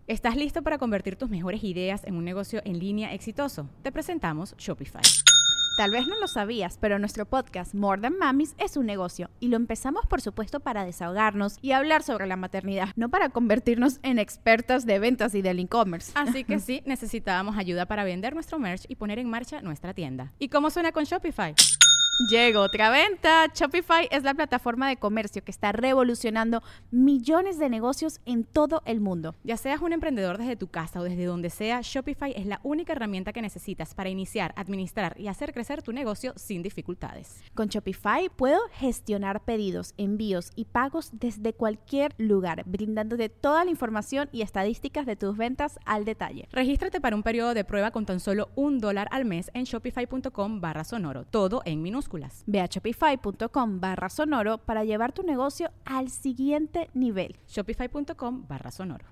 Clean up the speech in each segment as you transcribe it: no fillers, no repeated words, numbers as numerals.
¿Estás listo para convertir tus mejores ideas en un negocio en línea exitoso? Te presentamos Shopify. Tal vez no lo sabías, pero nuestro podcast More Than Mamis es un negocio y lo empezamos por supuesto para desahogarnos y hablar sobre la maternidad, no para convertirnos en expertas de ventas y del e-commerce. Así que sí, necesitábamos ayuda para vender nuestro merch y poner en marcha nuestra tienda. ¿Y cómo suena con Shopify? Llegó otra venta. Shopify es la plataforma de comercio que está revolucionando millones de negocios en todo el mundo. Ya seas un emprendedor desde tu casa o desde donde sea, Shopify es la única herramienta que necesitas para iniciar, administrar y hacer crecer tu negocio sin dificultades. Con Shopify puedo gestionar pedidos, envíos y pagos desde cualquier lugar, brindándote toda la información y estadísticas de tus ventas al detalle. Regístrate para un periodo de prueba con tan solo $1 al mes en shopify.com/sonoro, todo en minúsculas. Ve a shopify.com/sonoro para llevar tu negocio al siguiente nivel. Shopify.com/sonoro.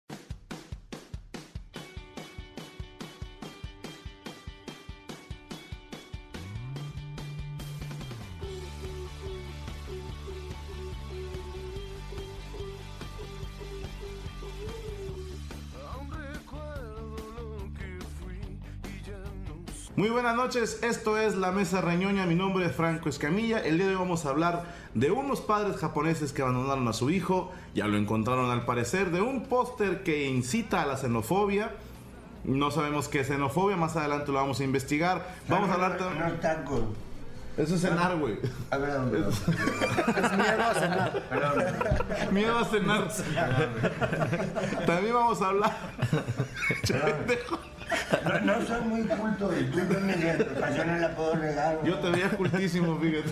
Muy buenas noches, esto es La Mesa Reñoña, mi nombre es Franco Escamilla. El día de hoy vamos a hablar de unos padres japoneses que abandonaron a su hijo, ya lo encontraron al parecer, de un póster que incita a la xenofobia. No sabemos qué es xenofobia, más adelante lo vamos a investigar. Vamos a hablar también... No, taco. Eso es cenar, güey. A ver, ¿dónde? Es miedo a cenar. Miedo a cenar. También vamos a hablar... No soy muy culto y tú mi educación no la puedo regar. Yo te veía cultísimo, fíjate.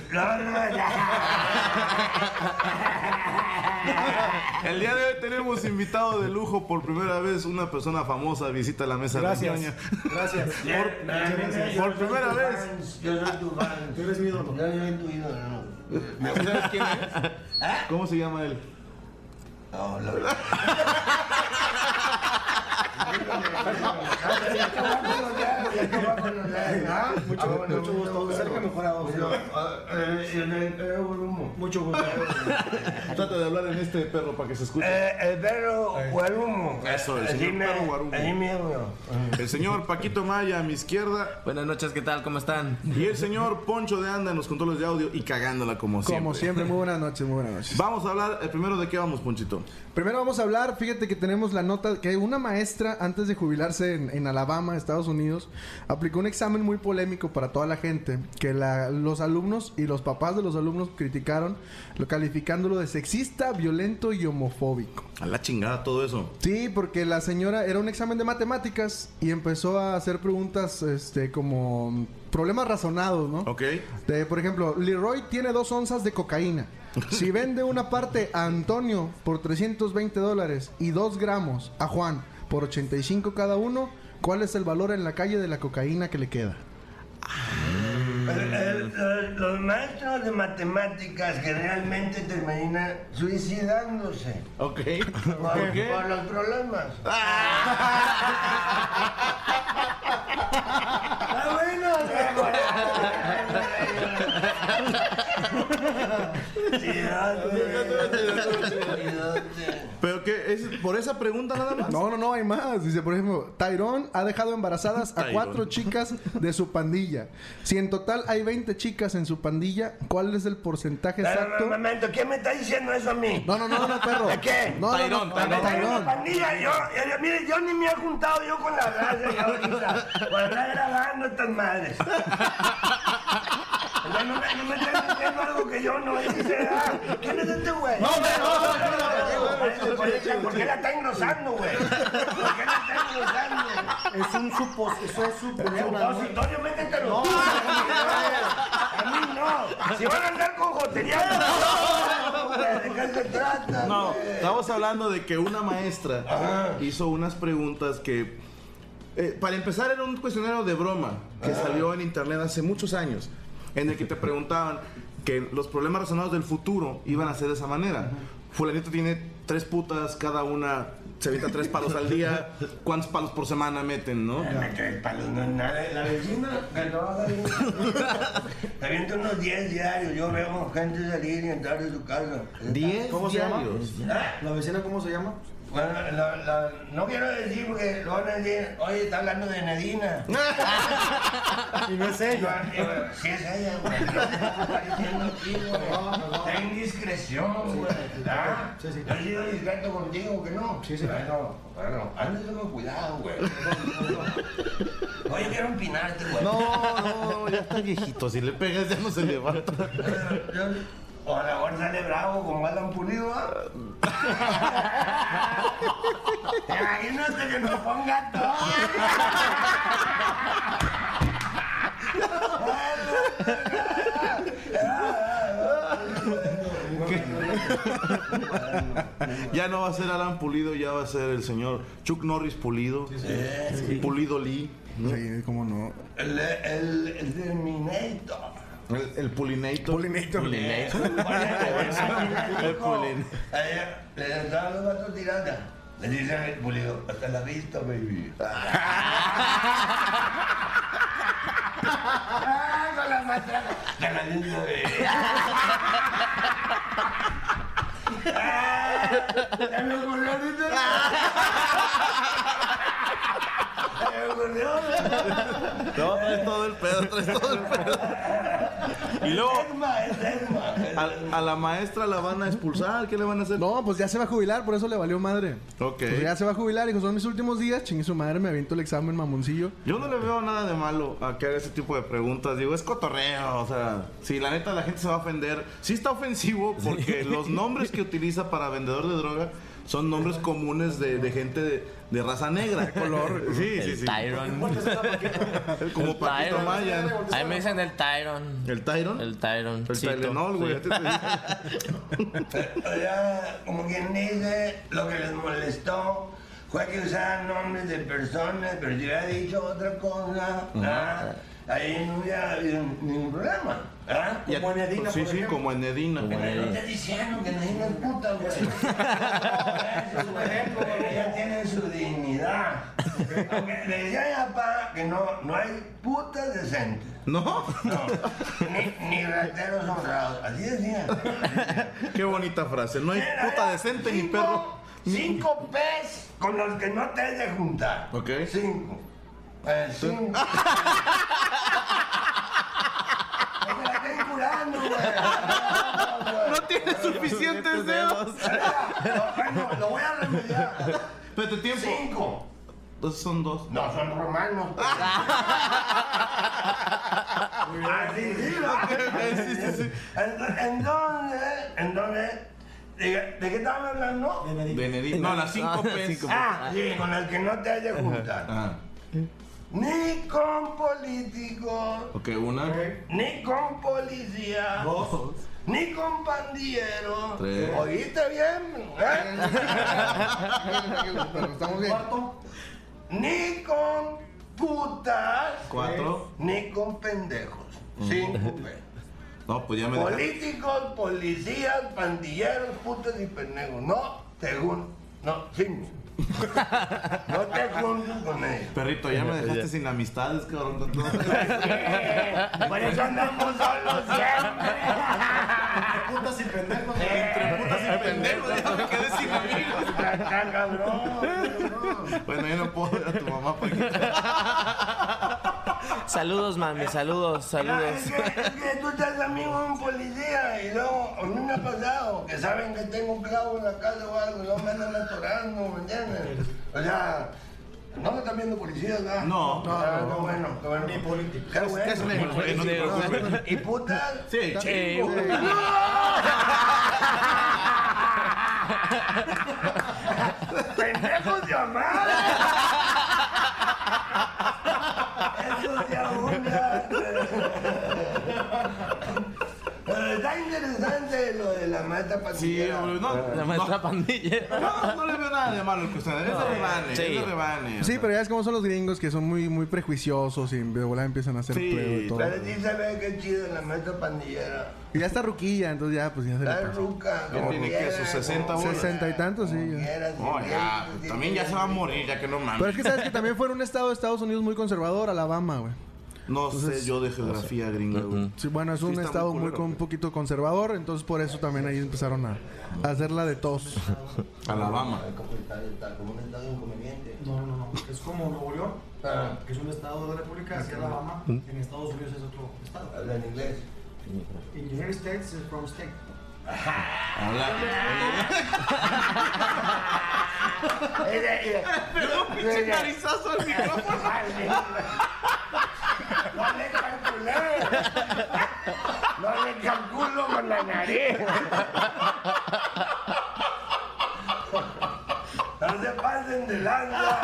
El día de hoy tenemos invitado de lujo por primera vez, una persona famosa visita la Mesa Reñoña. Gracias. Por primera vez. Yo soy tu fan. Tú eres mi ídolo. Yo soy tu ídolo. ¿Sabes quién es? ¿Cómo se llama él? No, la verdad. Mucho gusto. Cerca mejorado. Mucho gusto. Trata de hablar en este perro para que se escuche. El perro Guarumo. Eso, el señor perro Guarumo. Ahí miedo. El señor Paquito Maya a mi izquierda. Buenas noches, ¿qué tal? ¿Cómo están? Y el señor Poncho de Anda en los controles de audio y cagándola como siempre. Como siempre, muy buenas noches, muy buenas noches. Vamos a hablar primero de qué vamos, Ponchito. Primero vamos a hablar, fíjate que tenemos la nota que una maestra antes de jubilarse en Alabama, Estados Unidos, aplicó un examen muy polémico para toda la gente, que los alumnos y los papás de los alumnos criticaron, calificándolo de sexista, violento y homofóbico. A la chingada todo eso. Sí, porque la señora era un examen de matemáticas y empezó a hacer preguntas como problemas razonados, ¿no? Ok. Por ejemplo, Leroy tiene 2 onzas de cocaína. Si vende una parte a Antonio por $320 y 2 gramos a Juan por 85 cada uno, ¿cuál es el valor en la calle de la cocaína que le queda? Los maestros de matemáticas generalmente terminan suicidándose. Ok. ¿Por qué? Por los problemas. ¿Pero qué? ¿Es por esa pregunta nada más? No, hay más. Dice, por ejemplo, Tyrone ha dejado embarazadas a 4 chicas de su pandilla. Si en total hay 20 chicas en su pandilla, ¿cuál es el porcentaje exacto? Un momento, ¿quién me está diciendo eso a mí? No, perro. ¿De qué? Tyrone. Pandilla, mire, yo ni me he juntado yo con la raza ya ahorita. Por estar grabando estas madres. Ya no me están diciendo algo que yo no hice. ¿Quién es este güey? No. ¿Por qué la está engrosando, güey? ¿Por qué la está engrosando? Es un supositorio. Supositoriamente te lo digo. A mí no. Si van a andar con jotería, ¿de qué se trata? No, estamos hablando de que una maestra hizo unas preguntas que... para empezar, era un cuestionario de broma que salió en internet hace muchos años, en el que te preguntaban que los problemas razonados del futuro iban a ser de esa manera. Fulanito tiene 3 putas, cada una se avienta 3 palos al día. ¿Cuántos palos por semana meten, no? 3 palos, no es nada. La vecina que trabaja bien se avienta unos 10 diarios. Yo veo gente salir y entrar de su casa. 10 ¿Cómo se llama? diarios. ¿La vecina cómo se llama? Bueno, no quiero decir porque lo van a decir, oye, está hablando de Nedina. Y no es ella. Sí es ella, güey. No está diciendo aquí, güey. Ten discreción, güey. ¿Ah? Sí, sí. ¿Yo he sido discreto contigo que no? Sí, sí. Bueno, ándale con cuidado, güey. Oye, quiero empinarte, güey. No, ya está viejito. Si le pegas ya no se levanta. O a la mejor sale bravo como Alan Pulido, ¿ah? Imagínate que nos ponga todo. Ya no va a ser Alan Pulido, ya va a ser el señor Chuck Norris Pulido. Sí. Pulido Lee. ¿no? Sí, cómo no. El Terminator. El Pulinator. Pulinator. El Pulin. Le daban los vatos tirando. Le dicen el Pulido, hasta la vista, baby. Con la matraca. Hasta la vista, baby. Ya me ocurrió ahorita. No, traes todo el pedo, Y luego, a la maestra la van a expulsar, ¿qué le van a hacer? No, pues ya se va a jubilar, por eso le valió madre. Ok. Pues ya se va a jubilar, dijo, son mis últimos días, chingue su madre, me aviento el examen mamoncillo. Yo no le veo nada de malo a que haga ese tipo de preguntas. Digo, es cotorreo, o sea, si la neta la gente se va a ofender. Sí está ofensivo porque los nombres que utiliza para vendedor de droga son nombres comunes de gente de raza negra. De color. Sí, sí, sí. Tyron. Como Paquito Tyron. Maya. A mí me dicen el Tyron. ¿El Tyron? El Tyron. El Tylenol, güey. Ya, como quien dice, lo que les molestó fue que usaban nombres de personas, pero si hubiera dicho otra cosa, ¿ah? Ahí no hubiera habido ningún problema. ¿Ah? Como en Edina, Sí, por sí, ejemplo. como en Edina. No estoy diciendo que nadie no es puta, güey. Por ejemplo, ella tiene su dignidad. Aunque le decía a mi papá que no hay putas decentes. ¿No? No, ni rateros honrados. Así decía. Qué bonita frase. No hay puta decente ni perro. 5 pes con los que no te has de juntar. Ok. 5. 5. No me la estoy curando, güey. No tiene suficientes dedos. Bueno, lo voy a remediar. Espérate, tiempo. 5. Entonces son 2. No, son romanos. Así, sí, Sí, sí, sí. Entonces, ¿de qué estaban hablando? De Nedina. No, las 5 pesos. Ah, sí, con el que no te hayas de juntar. Ah. Ni con políticos, Ok, una. ni con policía, 2. ni con pandilleros. 3. ¿Oíste bien? Pero estamos bien. 4. Ni con putas, 4. ni con pendejos. 5 pesos. No, pues ya me dejaste. Políticos, policías, pandilleros, putas y pendejos. No, según. No, 5. No te juntes con ellos. Perrito, ya me dejaste sin amistades, cabrón. Con todo. Por eso andamos solos siempre. Putas y pendejos. Entre putas y pendejos, ya me quedé sin amigos. Está cabrón. Bueno, yo no puedo ver a tu mamá porque. Saludos, mami, saludos, saludos. Es que tú estás amigo de un policía y luego a mí me ha pasado que saben que tengo un clavo en la casa o algo y luego me andan atorando, ¿me entiendes? O sea, no me están viendo policías, ¿verdad? No. Qué bueno, qué bueno. Ni político. Qué bueno. Es mejor, güey, no te preocupes. ¿Y putas? Sí, chingo. ¡Pendejos de amar! Eso se abunda. Pero está interesante lo de la maestra Sí, pandillera. hombre, no. La maestra pandillera. No le veo nada de malo al cuestionario. Es de rebane, Sí. es de rebane. o Sí, sea. pero ya es como son los gringos que son muy prejuiciosos y de volada empiezan a hacer Sí, pleo y todo. Pero sí se ve que chido la maestra pandillera. Y ya está ruquilla, entonces ya, pues ya se le Está pasó. ruca. Ya tiene que sus 60 bolas. 60 y tantos, sí. Ya. No, ya. También ya se va a morir, ya que no mames. Pero es que sabes que también fue en un estado de Estados Unidos muy conservador, Alabama, güey. No sé yo de geografía gringa, güey. Sí, bueno, es un está estado muy culero, un poquito conservador, entonces por eso también ahí empezaron a hacerla de tos. Alabama. Como un estado inconveniente. No. Es como Nuevo León, que es un estado de la República, aquí Alabama. En Estados Unidos es otro estado. Habla en inglés. In the United States is from state. Pinche narizazo al micrófono. No le calculo con la nariz. No se pasen de lanza.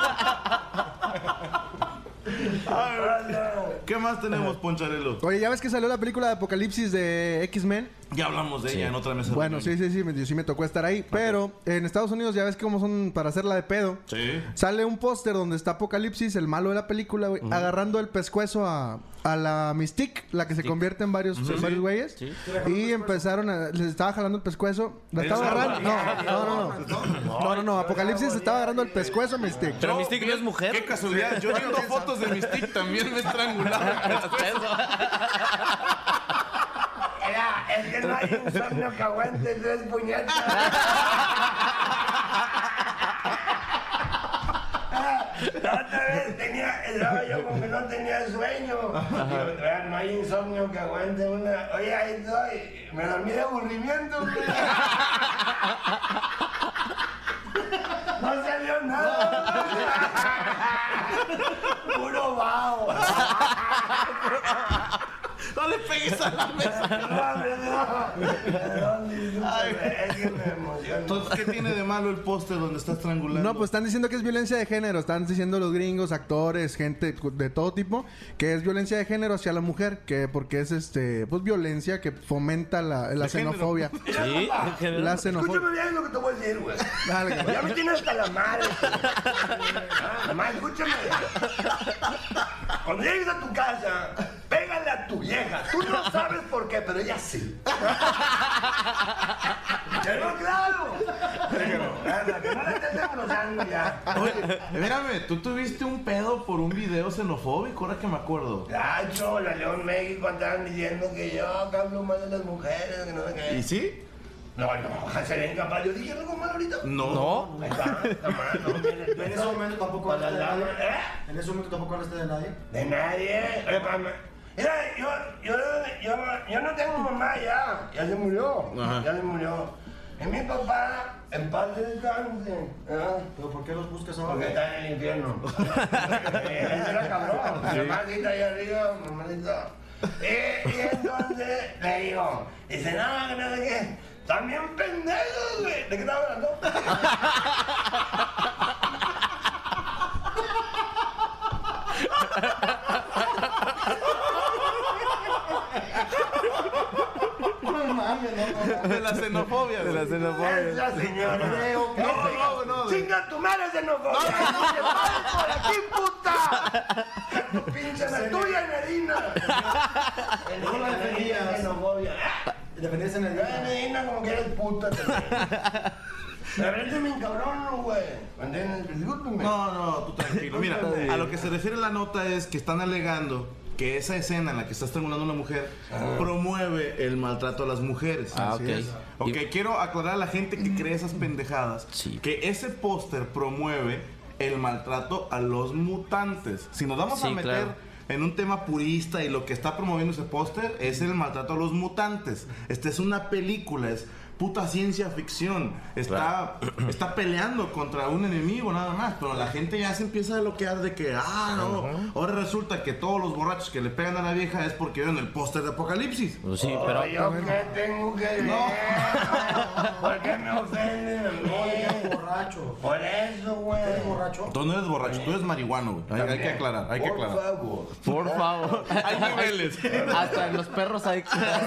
¿Qué más tenemos, Poncharelo? Oye, ¿ya ves que salió la película de Apocalipsis de X-Men? Ya hablamos de ella en otra mesa. Bueno, sí, me tocó estar ahí. Pero en Estados Unidos ya ves cómo son para hacerla de pedo. Sí. Sale un póster donde está Apocalipsis, el malo de la película, güey, agarrando el pescuezo a la Mystique, la que se convierte en varios güeyes. Sí. Y empezaron a... Les estaba jalando el pescuezo. ¿La estaba agarrando? No. Apocalipsis estaba agarrando el pescuezo a Mystique. Pero Mystique no es mujer. Qué casualidad. Yo viendo fotos de Mystique también me estrangularon. Es que no hay insomnio que aguante 3 puñetas. La otra vez estaba yo como que no tenía sueño. Digo, no hay insomnio que aguante una. Oye, ahí estoy. Me dormí de aburrimiento, güey. No salió nada. Puro vaho. No le pegues a la mesa. Es que me emociona. Entonces, ¿qué tiene de malo el póster donde está estrangulando? No, pues están diciendo que es violencia de género. Están diciendo los gringos, actores, gente de todo tipo, que es violencia de género hacia la mujer, que porque es pues violencia que fomenta la xenofobia. Sí. La xenofobia. Escúchame bien lo que te voy a decir, güey. Dale, güey. Ya me tienes hasta la madre. Nomás escúchame. Cuando llegues a tu casa, pégale a tu vieja. Tú no sabes por qué, pero ella sí. Pero claro. Que no la estés desglosando ya. Oye, espérame, tú tuviste un pedo por un video xenofóbico, ahora que me acuerdo. Gacho, la León México andaban diciendo que yo hablo mal de las mujeres, que no sé qué. ¿Y sí? No, sería incapaz. Yo dije algo mal ahorita. No. Ahí está, jamás, no, mire, En ese momento tampoco Para hablaste de la nadie. dama, En ese momento tampoco hablaste de nadie. De nadie. Mira, yo no tengo mamá ya. Ya se murió. Ajá. Ya se murió. Es mi papá, en paz descanse. ¿Pero por qué los buscas Porque ahora? está en el infierno. Ese era cabrón. Mi mamacita ahí arriba, mamacita. Y entonces le digo, dice, no, que no sé qué. También pendejos, güey. ¿De qué estaba hablando? No mames, no. De la xenofobia. De la xenofobia. Esa señora. No. ¡Chinga tu madre, xenofobia! ¡No te pares por aquí, puta! ¡Tu pinche la tuya, Medina! No la defendías. Xenofobia. Defendías en el Yo de Medina como que eres puta también. Pero ahorita me encabrono, güey. ¿Entiendes? Discúlpeme. No, tú tranquilo. Mira, a lo que se refiere la nota es que están alegando que esa escena en la que está estrangulando a una mujer promueve el maltrato a las mujeres. Ah, ok. Ok, quiero aclarar a la gente que cree esas pendejadas. Sí. Que ese póster promueve el maltrato a los mutantes. Si nos vamos a Sí, meter claro. en un tema purista y lo que está promoviendo ese póster es el maltrato a los mutantes. Esta es una película, es puta ciencia ficción. Está peleando contra un enemigo nada más, pero la gente ya se empieza a bloquear de que, no, ahora resulta que todos los borrachos que le pegan a la vieja es porque vieron el póster de Apocalipsis. Pues sí, pero... ¿Yo qué tengo que ver? ¿Por qué me ofenden a mí? borracho. Por eso, güey. ¿Eres borracho? Tú no eres borracho, tú eres marihuano, güey. Hay que aclarar, hay que Por aclarar. favor. Por favor. Hay niveles. Hasta en los perros hay...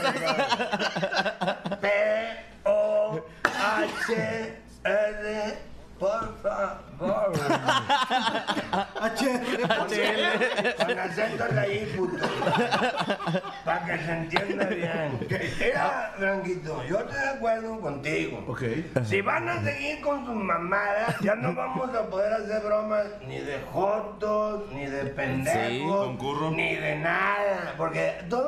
P-O-H-R, por favor. HL. Con acento en la I, puto. Para Para que se entienda bien. Mira, Franquito, yo estoy de acuerdo contigo. Ok. Si van a seguir con sus mamadas, ya no vamos a poder hacer bromas ni de jotos, ni de pendejos, concurro. ni de nada. Porque todo,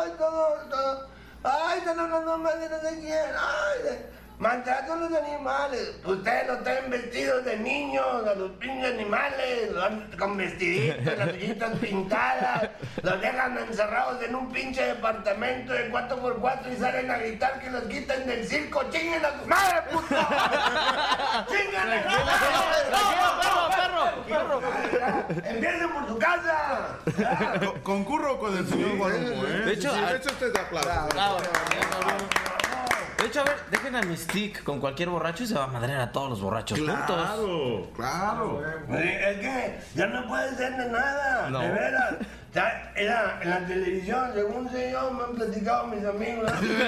ay, están hablando mal de no sé quién, maltratan a los animales. Ustedes los traen vestidos de niños, a los pinches animales, los dan con vestiditos, las uñitas pintadas, los dejan encerrados en un pinche departamento de 4x4 y salen a gritar que los quiten del circo. ¡Chinguen a su madre, puto! ¡Chinguen a su madre! ¡Empiecen por su casa! Concurro con el señor Guadalupe, ¿eh? De hecho, sí, de hecho usted da aplauso. De hecho, a ver, dejen a Mystique con cualquier borracho y se va a madrear a todos los borrachos juntos. Claro. Es que ya no puede ser de nada, No. de veras. Ya, en la televisión, según sé yo, me han platicado mis amigos.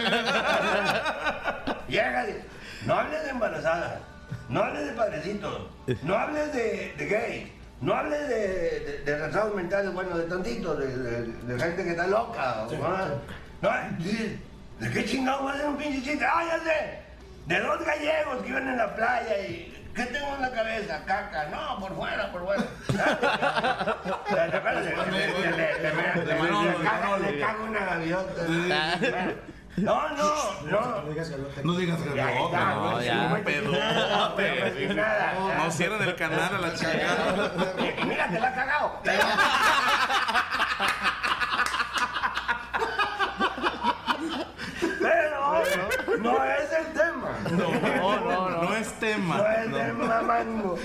Llega y dice, no hables de embarazadas, no hables de padrecitos, no hables de gay, no hables de retrasados mentales, bueno, de tantitos, de gente que está loca. No, dices, ¿de qué chingado va a ser un pinche chiste? ¡Ah, ya sé! De dos gallegos que iban en la playa y... ¿Qué tengo en la cabeza? Caca. No, por fuera, por fuera. Le cago una gaviota. No. No digas gaviota. No, ya. Pedo. No cierran el canal a la chingada. Y mira, te la ha cagado. Pero no es el tema. No es tema. No es tema, mango.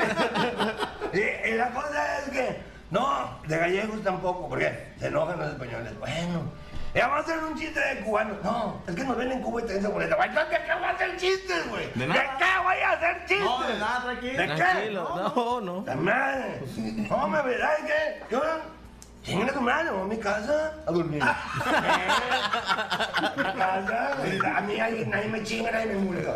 Y la cosa es que, no, de gallegos tampoco, porque se enojan los españoles. Bueno, ya vamos a hacer un chiste de cubanos. No, es que nos ven en Cuba y te dicen boleta. ¿De qué voy a hacer chistes, güey? ¿De qué voy a hacer chistes? No, de nada, tranquilo. ¿De qué? Tranquilo, no. La madre. No, me verás que yo... Chingan a tu madre, voy a mi casa a dormir. A mi casa, a mí nadie me chinga, nadie me multa.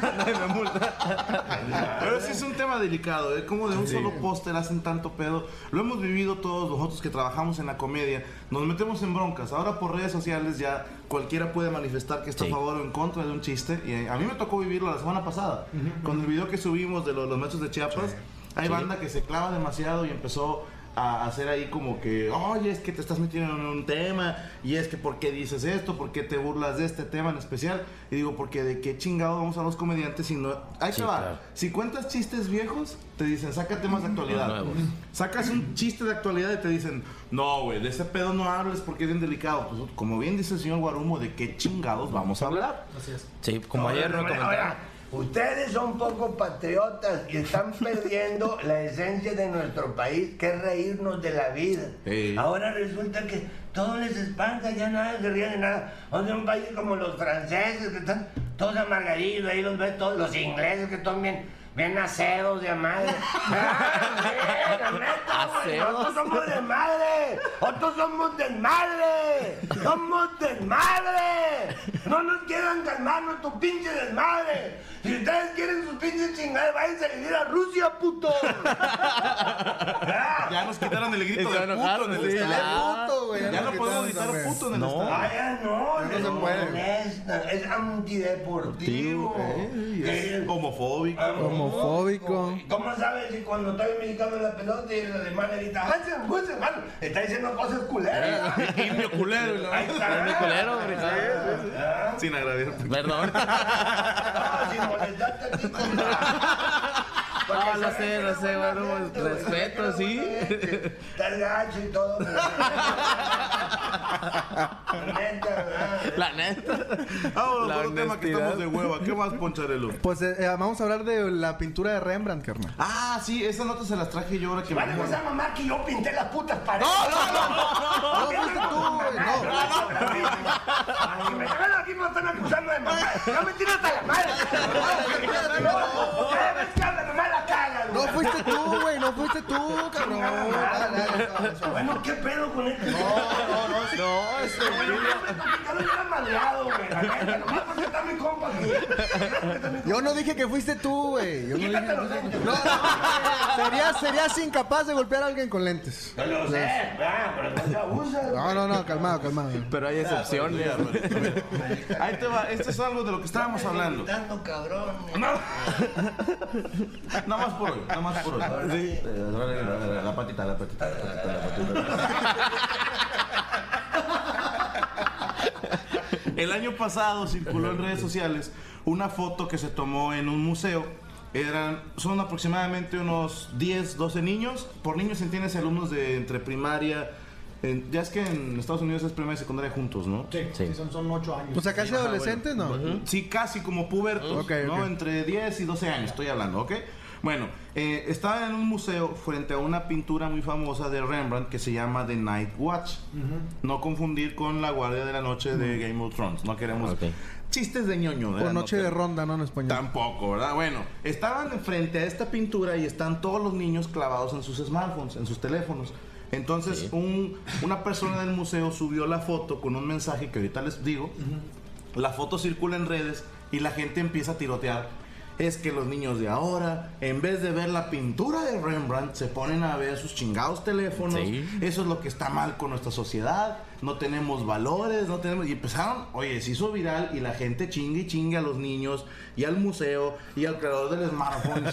Pero sí es un tema delicado, ¿eh? Como de un solo póster hacen tanto pedo. Lo hemos vivido todos nosotros que trabajamos en la comedia. Nos metemos en broncas. Ahora por redes sociales ya cualquiera puede manifestar que está a favor o en contra de un chiste. Y a mí me tocó vivirlo la semana pasada. Con el video que subimos de los metros de Chiapas. Hay banda que se clava demasiado y empezó a hacer ahí como que, oye, es que te estás metiendo en un tema, y es que ¿por qué dices esto? ¿Por qué te burlas de este tema en especial? Y digo, porque de qué chingado vamos a los comediantes si no... Ahí te va. Claro. Si cuentas chistes viejos, te dicen, saca temas de actualidad. Nuevos. Sacas un chiste de actualidad y te dicen, no, güey, de ese pedo no hables porque es bien delicado. Pues, como bien dice el señor Guarumo, ¿de qué chingados vamos a hablar? Sí, como ayer no Ahora, comentaron. ustedes son poco patriotas y están perdiendo la esencia de nuestro país, que es reírnos de la vida. Ahora resulta que todo les espanta, ya nada se ríen de nada. O sea, un país como los franceses, que están todos amargaditos, ahí los ves todos, los ingleses que están bien acedos de madre. La neta, güey, nosotros somos de madre. Nosotros somos del madre. Somos del madre. No nos quieran calmarnos tu pinche desmadre. Si ustedes quieren sus pinches chingadas, váyanse a vivir a Rusia, puto. Ya nos quitaron el grito Se de enojaron, puto en el sí, estadio. Puto, güey, Ya no nos podemos quitaron gritar también. puto en el No. estadio. Vaya, no se puede. molesta. Es antideportivo. Es homofóbico. Homofóbico. ¿Cómo sabes si cuando está el mexicano en la pelota y el alemán grita, Hansen, hermano, está diciendo cosas culeras? Indio culero. ¿no? Ahí está. Indio culero, hombre. Ah, Sin agradecer. Perdón. no, sin molestarte a ti, compa. No, lo sé, bueno, respeto, sí. Está el gacho y todo. Neta, ¿verdad? La neta. Vámonos La por un tema que honestidad. estamos de hueva. ¿Qué más, Poncharelo? Pues vamos a hablar de la pintura de Rembrandt, carnal. Ah, sí, esas notas se las traje yo ahora que Vale, venimos. pues a mamá que yo pinté las putas paredes. No fuiste tú, güey. Si me traen aquí me están acusando de mamá. No me tiras hasta la madre. Cada vez que habla mamá la caga, No fuiste tú, güey. No fuiste tú, cabrón. Dale. Bueno, ¿qué pedo con esto? No, este. Bueno, ya me hubiera madreado, güey. La neta, nomás porque está mi compa aquí. Yo no dije que fuiste tú, güey. Yo no dije Quítate que los fuiste lentes. tú. No, se Serías incapaz de golpear a alguien con lentes. No lo sé, pero no se abusa. No, calmado. Pero hay excepciones. Ahí te va, esto es algo de lo que estábamos hablando. Gritando, cabrón. Nada más por hoy. Sí. La patita. El año pasado circuló en redes sociales una foto que se tomó en un museo. Son aproximadamente unos 10, 12 niños. Por niños se entiende alumnos de entre primaria. Ya es que en Estados Unidos es primaria y secundaria juntos, ¿no? Sí, son 8 años. O sea, casi adolescentes, ¿no? Sí, casi como pubertos, ¿no? Entre 10 y 12 años estoy hablando, ¿ok? Bueno, estaba en un museo frente a una pintura muy famosa de Rembrandt que se llama The Night Watch. No confundir con La Guardia de la Noche de Game of Thrones. No queremos chistes de ñoño. O Noche de Ronda, ¿no? En español. Tampoco, ¿verdad? Bueno, estaban frente a esta pintura y están todos los niños clavados en sus smartphones, en sus teléfonos. Entonces, una persona del museo subió la foto con un mensaje que ahorita les digo. La foto circula en redes y la gente empieza a tirotear. Es que los niños de ahora, en vez de ver la pintura de Rembrandt, se ponen a ver sus chingados teléfonos. Eso es lo que está mal con nuestra sociedad. No tenemos valores, Y empezaron, se hizo viral y la gente chingue a los niños y al museo y al creador del smartphone.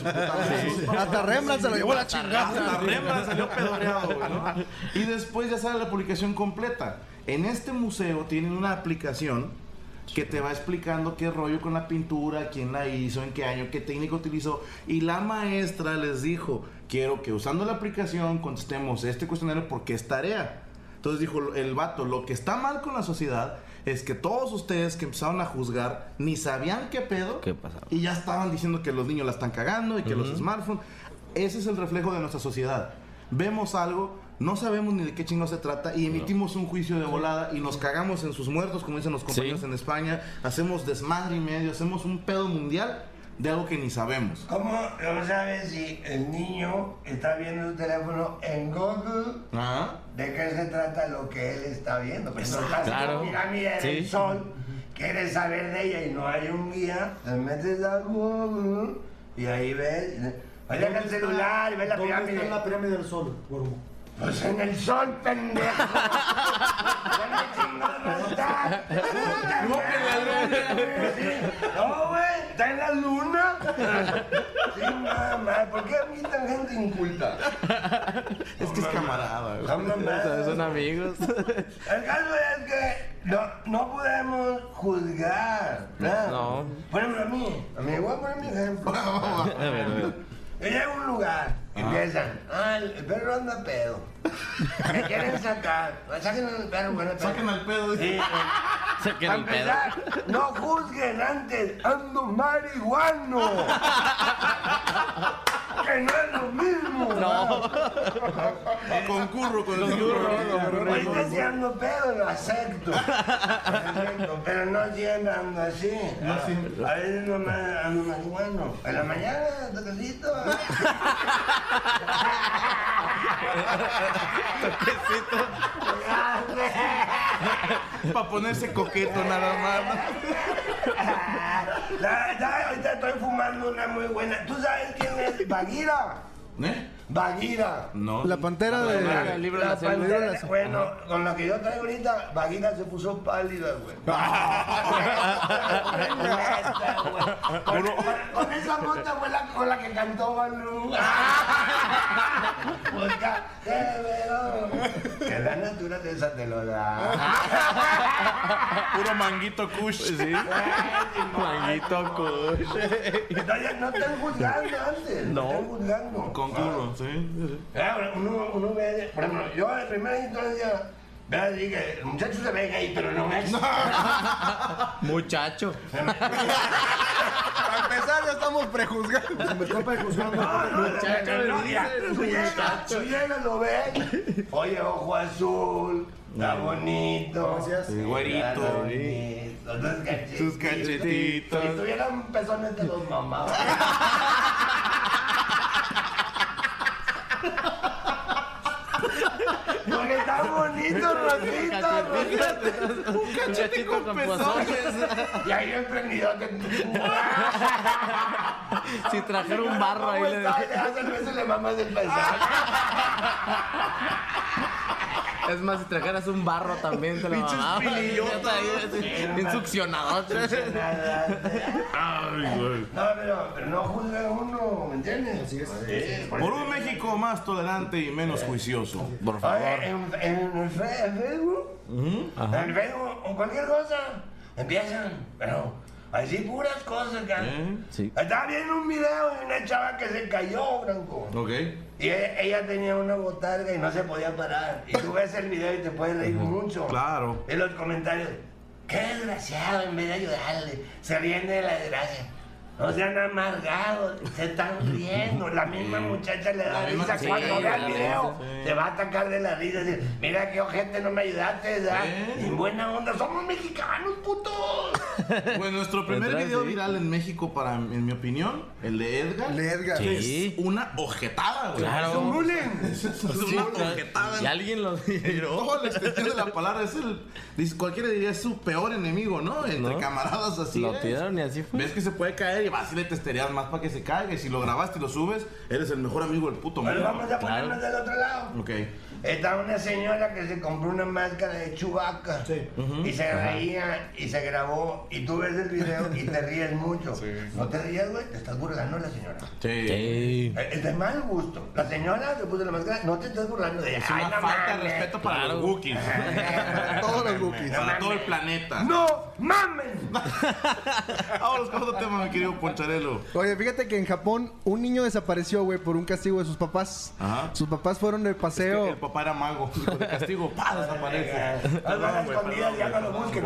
Hasta Rembrandt se lo llevó la chingada. Hasta Rembrandt salió pedoreado, ¿no? Y después ya sale la publicación completa. En este museo tienen una aplicación que te va explicando qué rollo con la pintura, quién la hizo, en qué año, qué técnica utilizó. Y la maestra les dijo, quiero que usando la aplicación contestemos este cuestionario porque es tarea. Entonces dijo el vato, lo que está mal con la sociedad es que todos ustedes que empezaron a juzgar ni sabían qué pedo. ¿Qué pasaba? Y ya estaban diciendo que los niños la están cagando y que los smartphones. Ese es el reflejo de nuestra sociedad. Vemos algo, no sabemos ni de qué chingo se trata y emitimos un juicio de volada y nos cagamos en sus muertos, como dicen los compañeros en España. Hacemos desmadre y medio, hacemos un pedo mundial de algo que ni sabemos. ¿Cómo no sabes si el niño está viendo su teléfono en Google? ¿De qué se trata lo que él está viendo? Pues claro. Mira el sol, quieres saber de ella y no hay un guía, te metes a Google y ahí ves. Vaya el celular y ves la pirámide. ¿Dónde está la pirámide del sol, Gorgo? Pues en el sol, pendejo. ¿Dónde chingados va a estar? No, güey, está en la luna. Sí, nada más. ¿Por qué invitan gente inculta? Es que es camarada, güey. Son amigos. El caso es que no podemos juzgar. No. Por ejemplo, a mí voy a poner mi ejemplo. A ver. Yo llego a un lugar y empiezan, el perro anda pedo. Me quieren sacar. Saquen al perro, bueno, Saquen al pedo. Sí, Saquen el pedo. no juzguen antes, ando marihuano. Que no es lo mismo. No. Concurro con el Ahorita si ando pedo, lo acepto. Pero no siempre ando así. A veces no me ando marihuano. En la mañana, toquecito. Para ponerse coqueto nada más. Ahorita estoy fumando una muy buena. ¿Tú sabes quién es Bagheera? Bagheera. No. La pantera de... El libro de la selva. Pantera, bueno, con la que yo traigo ahorita, Bagheera se puso pálida, güey. Con esa mota fue con la que cantó Balú. Que la naturaleza te lo da. Puro manguito kush. Sí. Manguito kush. No están juzgando antes. No están juzgando. Concurro, sí. Uno ve, por ejemplo, yo en primera instancia veo así que el muchacho se ve gay, pero no es. Muchacho. Para empezar ya estamos prejuzgando. Se me está prejuzgando. Tú llegas, lo ves. Oye, ojo azul. Está bonito. Gracias. Güerito. Sus cachetitos. Si tuvieran pezones de los mamás. Porque Está bonito, Rosita. Un cachetito con pezones. Y ahí el prendidor Si trajera un barro ahí le hace el beso le mamas del paisaje. Es más, si trajeras un barro también te lo Pinches mamaba. pilillotas. Bien succionador. Ay, güey. No, pero no juzga uno, ¿me entiendes? Así es. Por un México más tolerante y menos juicioso. Por favor. Oye, en Facebook, en Facebook o cualquier cosa, empiezan, pero así puras cosas, cara. Sí. Estaba viendo un video de una chava que se cayó, Franco. Ok. Y ella tenía una botarga y no se podía parar. Y tú ves el video y te puedes reír mucho. Claro. En los comentarios, qué desgraciado, en vez de ayudarle, se ríen de la desgracia. No sean amargados, se están riendo. La misma muchacha le da risa sí, cuando vea el la video. misma, sí. Se va a atacar de la risa. Decir, mira qué ojete, no me ayudaste, ¿verdad? Y buena onda, somos mexicanos, putos. Pues nuestro primer Detrás, video sí. viral en México, en mi opinión, el de Edgar. Sí. Es una ojetada, güey. Claro. Es un bullying. Es una ojetada. Y alguien lo tiró. Toda la extensión de la palabra es cualquiera diría es su peor enemigo, ¿no? Entre ¿No? camaradas así. Lo es. tiraron y así fue. Ves que se puede caer y vas y le testerías más para que se caiga. Y si lo grabaste y lo subes, eres el mejor amigo del puto Bueno, mundo. vamos a ponernos Claro. del otro lado. Ok. Está una señora que se compró una máscara de Chewbacca y se reía y se grabó y tú ves el video y te ríes mucho. No te rías, güey, te estás burlando de la señora. Sí. Sí. Es de mal gusto. La señora que puso la máscara, no te estás burlando de ella. Es una Ay, no falta de mames. respeto para Claro. los Wookiees. Todos los Wookiees. Para todo el planeta. ¡No mames! Vámonos con otro tema, mi querido Poncharelo. Oye, fíjate que en Japón un niño desapareció, güey, por un castigo de sus papás. Ajá. Sus papás fueron de paseo. El papá era mago. Dijo, de castigo, ¡pah! Desaparece. Las balas escondidas ya no lo busquen.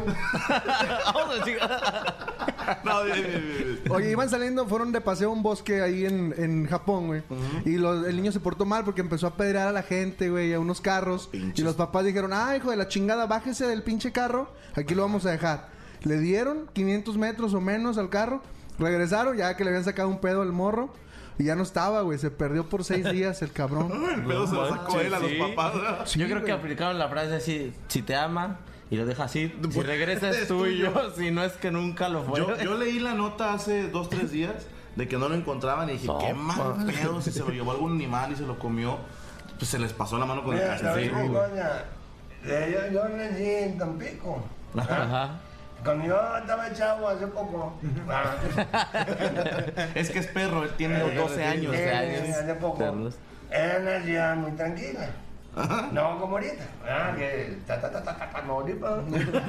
Vamos a chica. No, bien. Oye, iban saliendo, fueron de paseo a un bosque ahí en Japón, güey. Y el niño se portó mal porque empezó a apedrear a la gente, güey, a unos carros. Pinches. Y los papás dijeron, hijo de la chingada, bájese del pinche carro, aquí lo vamos a dejar. Le dieron 500 metros o menos al carro, regresaron, ya que le habían sacado un pedo al morro. Y ya no estaba, güey, se perdió por 6 días el cabrón. El pedo se lo sacó él a los Sí. papás. Sí, Yo creo que güey. aplicaron la frase así: si te ama y lo deja así, si regresa es tuyo, si no es que nunca lo fue. Yo leí la nota hace 2-3 días de que no lo encontraban y dije, qué mal pedo, si se lo llevó algún animal y se lo comió, pues se les pasó la mano con el Mira, ¿sabes calcetín. qué cosa? Yo nací en Tampico. Ajá. Cuando yo estaba chavo hace poco. Es que es perro, él tiene 12 años. Hace poco. Perros. Era una ciudad muy tranquila. No como ahorita. Que Tamaulipas.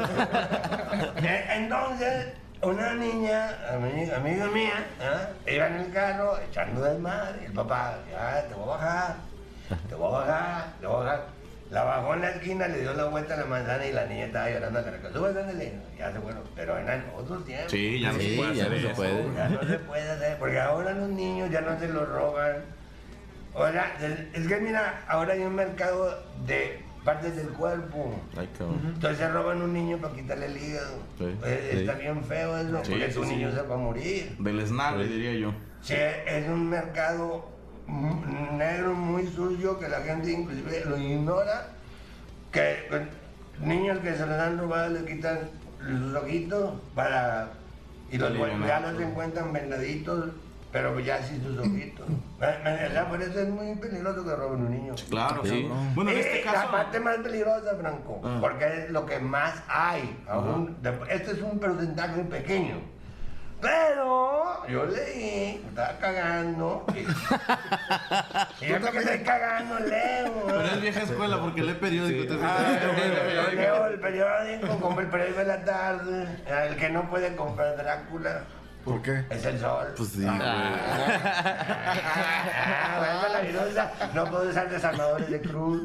Entonces, una niña, amiga mía, iba en el carro echando desmadre. Y el papá, ya, te voy a bajar. Te voy a bajar. La bajó en la esquina, le dio la vuelta a la manzana y la niña estaba llorando. Ya se fueron. Pero eran otros tiempos. Sí, ya no se Sí, puede ya hacer no se eso. puede. Ya no se puede hacer, porque ahora los niños ya no se los roban. Ahora, es que mira, ahora hay un mercado de partes del cuerpo. Ay, cabrón. Entonces se roban un niño para quitarle el hígado. Sí, Está bien feo eso, Sí, porque sí, tu sí. niño se va a morir. Del snag, diría yo. Sí, es un mercado negro muy sucio que la gente inclusive lo ignora. Que niños que se los han robado les quitan los ojitos para... Y los ya los encuentran vendaditos, pero ya sin sus ojitos. Por eso es muy peligroso que roben un niño. Claro, Sí. cabrón. Bueno, en este La caso. parte más peligrosa, Franco, porque es lo que más hay. Este es un porcentaje muy pequeño. Pero yo leí, estaba cagando. Y yo que estoy cagando, leo. Pero es vieja escuela porque lee periódico. Yo leo el periódico, compro el periódico de la tarde. El que no puede comprar Drácula ¿Por qué? es el sol. Pues sí, Bueno, la viruela, no puedo usar desarmadores de cruz.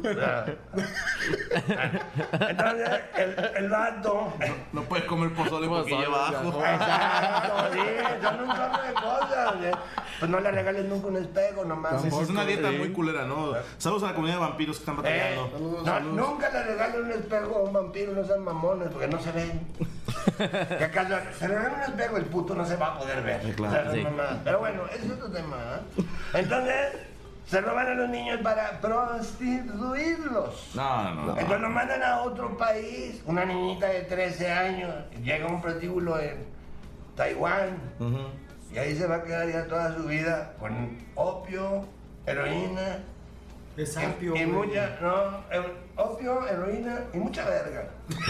Entonces, el vato. No puedes comer pozole porque Pozole, lleva ajo. Exacto, sí, son un chorro de cosas. Pues no le regales nunca un espejo nomás. Sí, sí, es una dieta muy culera, ¿no? Saludos a la comunidad de vampiros que están batallando. No, nunca le regalen un espejo a un vampiro, no sean mamones, porque no se ven. ¿Qué acaso? Se le regala un espejo, el puto no se va a poder ver. Claro, O sea, sí. mamá. Pero bueno, ese es otro tema. Entonces, se roban a los niños para prostituirlos. No. Entonces los mandan a otro país. Una niñita de 13 años llega a un prostíbulo en Taiwán. Y ahí se va a quedar ya toda su vida con opio, heroína. Es apio, y mucha, opio, heroína y mucha verga.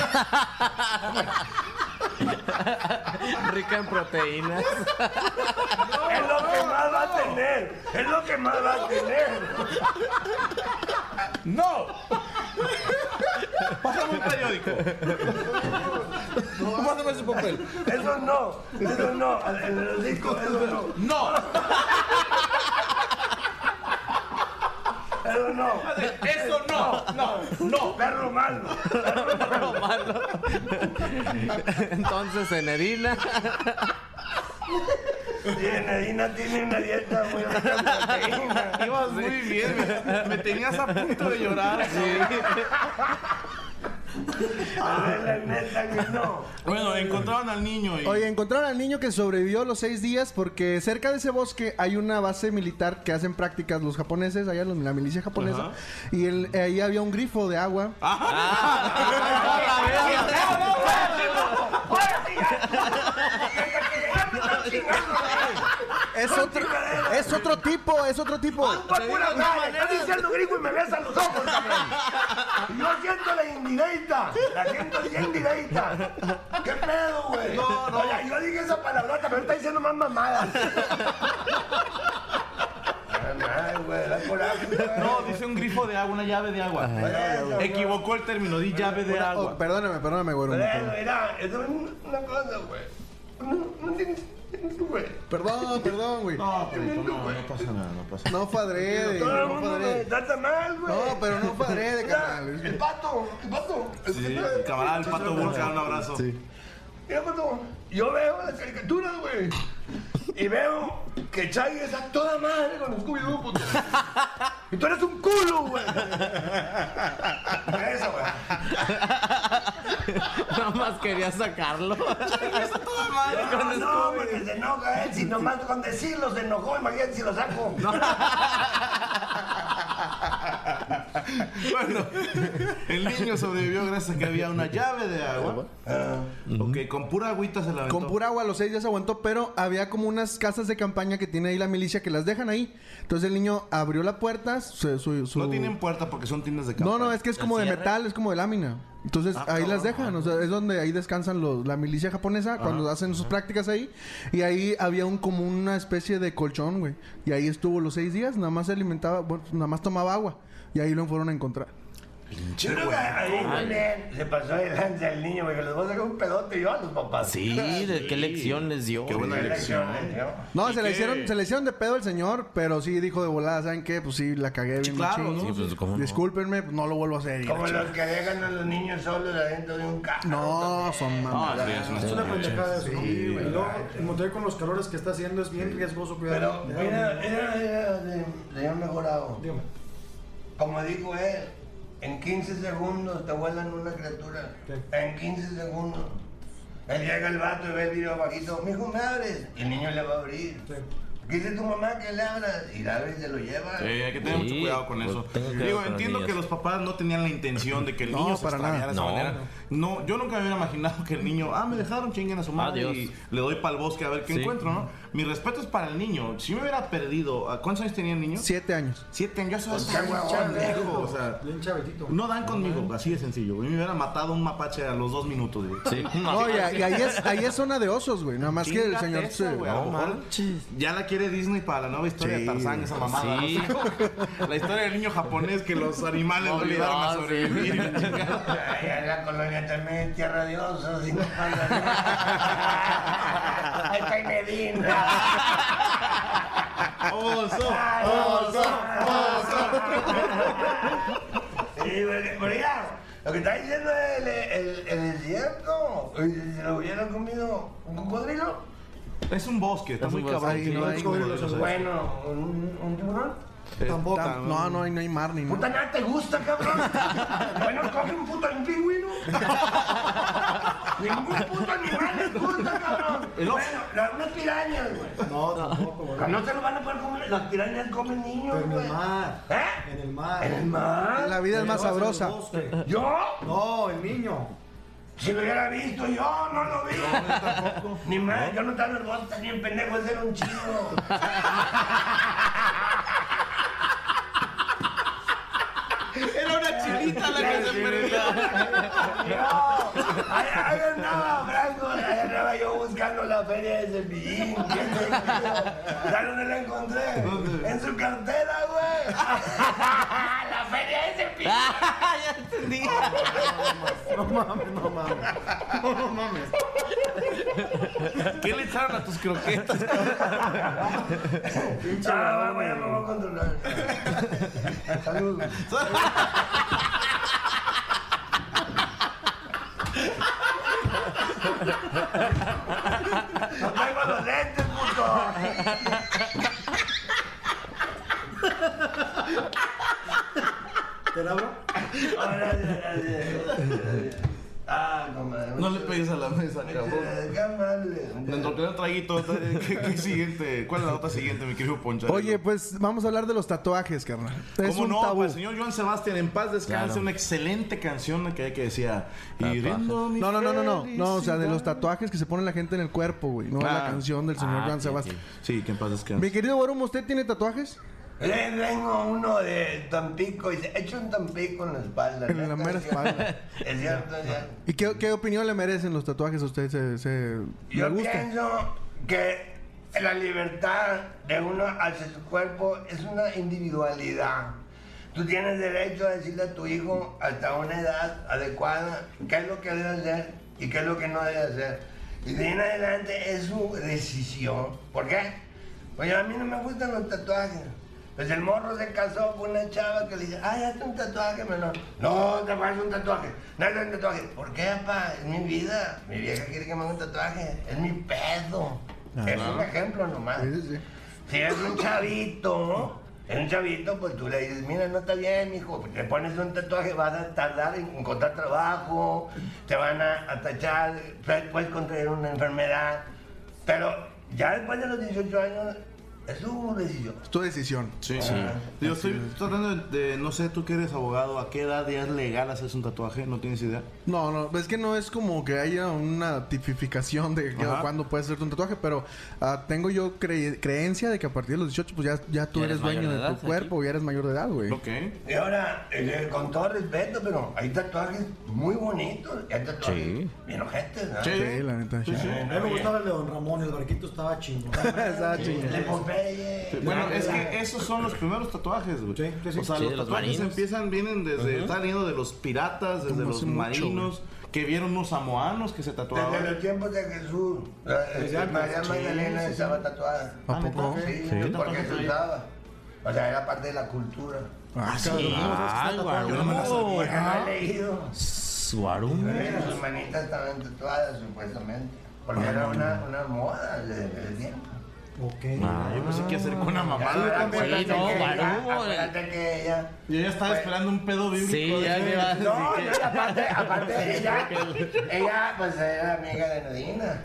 Rica en proteínas. Es lo que más va a tener. Es lo que más va a tener. ¡No! Pásame un periódico. Pásame ese papel. Eso no. En los discos, eso no. ¡No! Eso no. ¡Eso no! Perro malo. Entonces, Enerina. Sí, Nedina tiene una dieta muy rica en proteína. Ibas muy bien. Me tenías a punto de llorar. Sí. La neta que no. Bueno, encontraron al niño y... Oye, encontraron al niño que sobrevivió los 6 días porque cerca de ese bosque hay una base militar que hacen prácticas los japoneses, allá la milicia japonesa. Y ahí había un grifo de agua. Es otro tipo. Estás diciendo grifo y me ves a los ojos, cabrón. Yo siento la indirecta. La siento bien directa. ¿Qué pedo, güey? No. Oye, yo dije esa palabrota, pero está diciendo más mamadas. Ay, güey, da coraje. No, dice un grifo de agua, una llave de agua. Equivocó el término, di llave de agua. Perdóname, güey. Mira, eso es una cosa, güey. No tienes, güey. Perdón, güey. No pasa nada. No fue adrede. Todo el mundo me trata mal, güey. No, pero no fue adrede, carnal. El pato. Sí, el camarada, el pato Volca, un abrazo. Sí. Mira, pato, yo veo las caricaturas, güey. Y veo que Chaggy es a toda madre con Scooby-Doo, puto. Y tú eres un culo, güey. Eso, güey. Nada más quería sacarlo. No, porque se enoja él. Si nomás con decirlo se enojó, imagínate si lo saco. Bueno, el niño sobrevivió gracias a que había una llave de agua. Ok, con pura agüita se la aventó. Con pura agua a los 6 días aguantó, pero había como unas casas de campaña que tiene ahí la milicia que las dejan ahí. Entonces el niño abrió la puerta. No tienen puerta porque son tiendas de campaña. No, es que es como de metal, es como de lámina. Entonces ahí las dejan, o sea, es donde ahí descansan la milicia japonesa cuando hacen sus prácticas ahí. Y ahí había como una especie de colchón, güey. Y ahí estuvo los 6 días, nada más se alimentaba, bueno, nada más tomaba agua. Y ahí lo fueron a encontrar. Yo creo que ahí también se pasó adelante al niño, güey, que les voy a sacar un pedote yo a los papás. Sí, ¿de qué lección les dio? Qué buena lección. No, se le hicieron de pedo al señor, pero sí dijo de volada, ¿saben qué? Pues sí, la cagué bien claro, machín. ¿no? Sí, pues, ¿cómo no? Discúlpenme, pues no lo vuelvo a hacer. Como los que dejan a los niños solos adentro de un carro. No, son mamadas. Es una pendejada eso, ¿no? Y luego, en Monterrey con los calores que está haciendo es bien riesgoso cuidar. Pero mira, le han mejorado. Dígame. Como dijo él, en 15 segundos te vuelan una criatura. ¿Qué? En 15 segundos. Él llega el vato y ve el video bajito. Mijo, ¿me abres? Y el niño le va a abrir. Sí. ¿Qué dice tu mamá que le abras? Y la abre y se lo lleva. Sí, hay que tener mucho cuidado con eso. tengo cuidado Digo, con los entiendo niños. que los papás no tenían la intención de que el No, niño se para extraviara nada. de esa No. manera. No, yo nunca me hubiera imaginado que el niño, me dejaron, chinguen a su madre Adiós. y le doy para el bosque a ver qué Sí. encuentro, ¿no? Mi respeto es para el niño. Si me hubiera perdido, ¿cuántos años tenía el niño? 7 años. 7 años, ya Qué sabes, huevón, chandejo, o sea, Bien chavetito. no dan conmigo, así de sencillo. Me hubiera matado un mapache a los 2 minutos, güey. Sí. No, y ahí es zona de osos, güey. Nada más que el Chíngate señor esa, güey, a lo No mejor manches. ya la quiere Disney para la nueva historia de Sí, Tarzán, esa mamada. Sí. ¿No? La historia del niño japonés que los animales No, lo ayudaron a sí. sobrevivir. y la chingada. Ay, en la colonia también es tierra de osos y no pasa nada. Ahí está Medina. ¡Oso! Sí, pero ya, lo que está diciendo el desierto, si lo hubieran comido un cocodrilo, Es un bosque, está Es muy un bosque, cabrón. sí, No hay no, cocodrilos, o sea, bueno, un tiburón. Tampoco. No hay mar ni nada. Puta, nada te gusta, cabrón. Bueno, coge un puto un pingüino. Ningún puto animal les gusta, cabrón. Bueno, unas pirañas, güey. No, tampoco, güey. No se lo van a poder comer. Las pirañas comen niños, Pero en güey. el mar. ¿Eh? En el mar. ¿En el mar? La vida es más sabrosa. ¿Yo? No, el niño. Si lo hubiera visto, yo no lo vi. No, yo tampoco. Ni más, yo no estaba en el bote, estás bien pendejo, ese era un chino. Era una chinita la que se perdió. Ahí andaba, Franco, ahí andaba yo buscando la feria de Cepillín. ¿Sabes dónde la encontré? ¿Dónde? En su cartera, güey. La feria de Cepillín. Ya entendí. No mames. ¿Qué le echaron a tus croquetas? Voy a controlar. Saludos. No traigo los lentes, puto. ¿Te la abro? Gracias. Ah, comadre. No le pegues a la mesa, cabrón. Qué amable. Dentro de un traguito, ¿qué siguiente? ¿Cuál es la nota siguiente, mi querido Poncha? Oye, pues vamos a hablar de los tatuajes, carnal. Es ¿Cómo un no? tabú. Pues, el señor Joan Sebastián, en paz descanse, Claro. una excelente canción que decía... Hiriendo mi No, o sea, de los felicidad. tatuajes que se pone la gente en el cuerpo, güey. No la canción del señor Joan Sebastián. Sí, que en paz descanse. Mi querido Borum, ¿usted tiene tatuajes? Tengo uno de Tampico y se ha hecho un Tampico en la espalda. En la mera espalda. Es cierto, es cierto. ¿Y qué opinión le merecen los tatuajes a usted? ¿Le Yo gusta? pienso que la libertad de uno hacia su cuerpo es una individualidad. Tú tienes derecho a decirle a tu hijo hasta una edad adecuada qué es lo que debe hacer y qué es lo que no debe hacer. Y de ahí en adelante es su decisión. ¿Por qué? Pues a mí no me gustan los tatuajes. Pues el morro se casó con una chava que le dice, ay, hazte un tatuaje, menor. No, te hagas un tatuaje. No hagas un tatuaje. ¿Por qué, papá? Es mi vida. Mi vieja quiere que me haga un tatuaje. Es mi pedo. Es un ejemplo nomás. Sí. Si es un chavito, pues tú le dices, mira, no está bien, mijo. Pues te pones un tatuaje, vas a tardar en encontrar trabajo, te van a tachar, puedes contraer una enfermedad. Pero ya después de los 18 años, es su decisión. Es tu decisión. Sí. Yo estoy tratando de, no sé, tú que eres abogado, ¿a qué edad ya es legal hacerse un tatuaje? ¿No tienes idea? No, es que no es como que haya una tipificación de cuándo puedes hacerte un tatuaje, pero tengo yo creencia de que a partir de los 18 pues ya tú Ya eres eres dueño mayor de de edad, tu cuerpo y eres mayor de edad, güey. Ok. Y ahora, con todo respeto, pero hay tatuajes muy bonitos. Y hay tatuajes bien ojetes, ¿no? Sí, la neta. Sí. A mí me gustaba el de Don Ramón, el barquito estaba chingón. Estaba chingón. El Popeye. Bueno, es que esos son los primeros tatuajes, güey. Sí. O sea, Sí, los de los tatuajes marinos. vienen desde, están viniendo de los piratas, desde Como los hace mucho, marinos, que vieron unos samoanos que se tatuaban. Desde los tiempos de Jesús, María Magdalena estaba tatuada. ¿A poco? Sí, porque se usaba. O sea, era parte de la cultura. Sí. Yo no me la sabía. Porque no he leído. Guarum. Sus manitas estaban tatuadas, supuestamente. Porque era una moda desde el tiempo. Ok. Yo pensé que iba a ser con una mamada. Acuérdate no, que ella- Guarumo. acuérdate que ella... Yo ya estaba esperando un pedo bíblico. Sí, ya me va. No, y aparte ella pues era amiga de Nadina.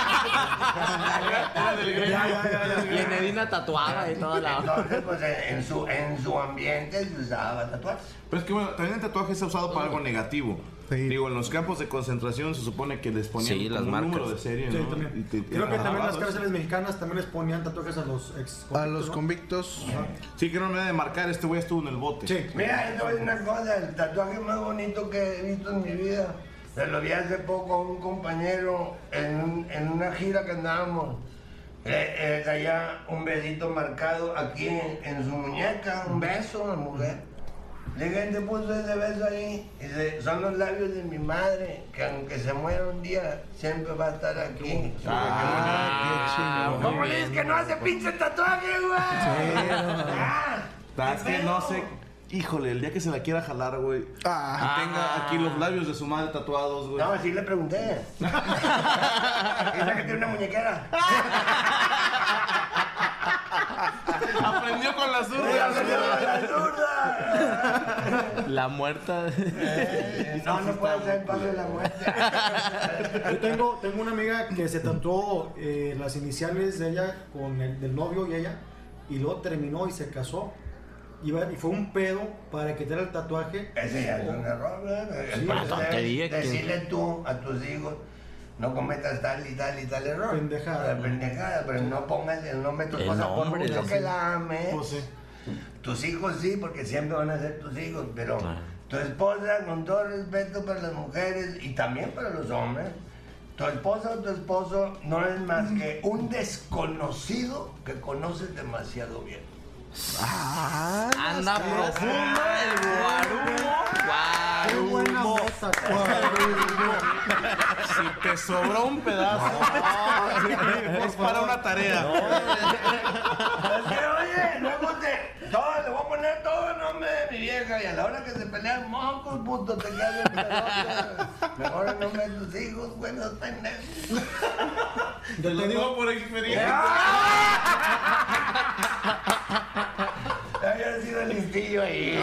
Y en Edina tatuaba y toda la. Entonces, pues en su ambiente se usaba tatuajes. Pero es que bueno, también el tatuaje se ha usado para algo negativo. Sí. Digo, en los campos de concentración se supone que les ponían Sí, como las un marcas. número de serie, Sí, ¿no? también. Y Creo que también las grabados. cárceles mexicanas también les ponían tatuajes a los ex. A los convictos. Sí, que no me de marcar, este güey estuvo en el bote. Sí. Mira, te voy a decir una cosa, el tatuaje más bonito que he visto en mi vida, se lo vi hace poco a un compañero en una gira que andábamos. Traía un besito marcado aquí en su muñeca, un beso a la mujer. Le dije, te puso ese beso ahí. Dice, son los labios de mi madre, que aunque se muera un día, siempre va a estar aquí. ¿Cómo le dices que no hace pinche tatuaje, güey? Es que no sé. Híjole, el día que se la quiera jalar, güey. Y tenga aquí los labios de su madre tatuados, güey. No, sí le pregunté. Esa que tiene una muñequera. Aprendió con la zurda. ¡La zurda! La muerta. No puedo hacer el paso de la muerte. Yo tengo una amiga que se tatuó las iniciales de ella con el del novio y ella, y luego terminó y se casó. Y fue un pedo para quitar el tatuaje. Ese ya es un error, ¿verdad? Decirle tú a tus hijos, no cometas tal y tal y tal error. Pendejada, pero no pongas el nombre de tu esposa por mucho que la ames. Pues sí. Tus hijos sí, porque siempre van a ser tus hijos, pero tu esposa, con todo respeto para las mujeres y también para los hombres, tu esposa o tu esposo no es más que un desconocido que conoces demasiado bien. Anda profundo el guarumo. Si te sobró un pedazo, es para una tarea. Es que, oye, luego le voy a poner todo el nombre de mi vieja y a la hora que se pelean mocos, puto, te quedas en pelota. Mejor el nombre de tus hijos, güey, no pendejos. Te lo digo por experiencia. Había sido listillo ahí.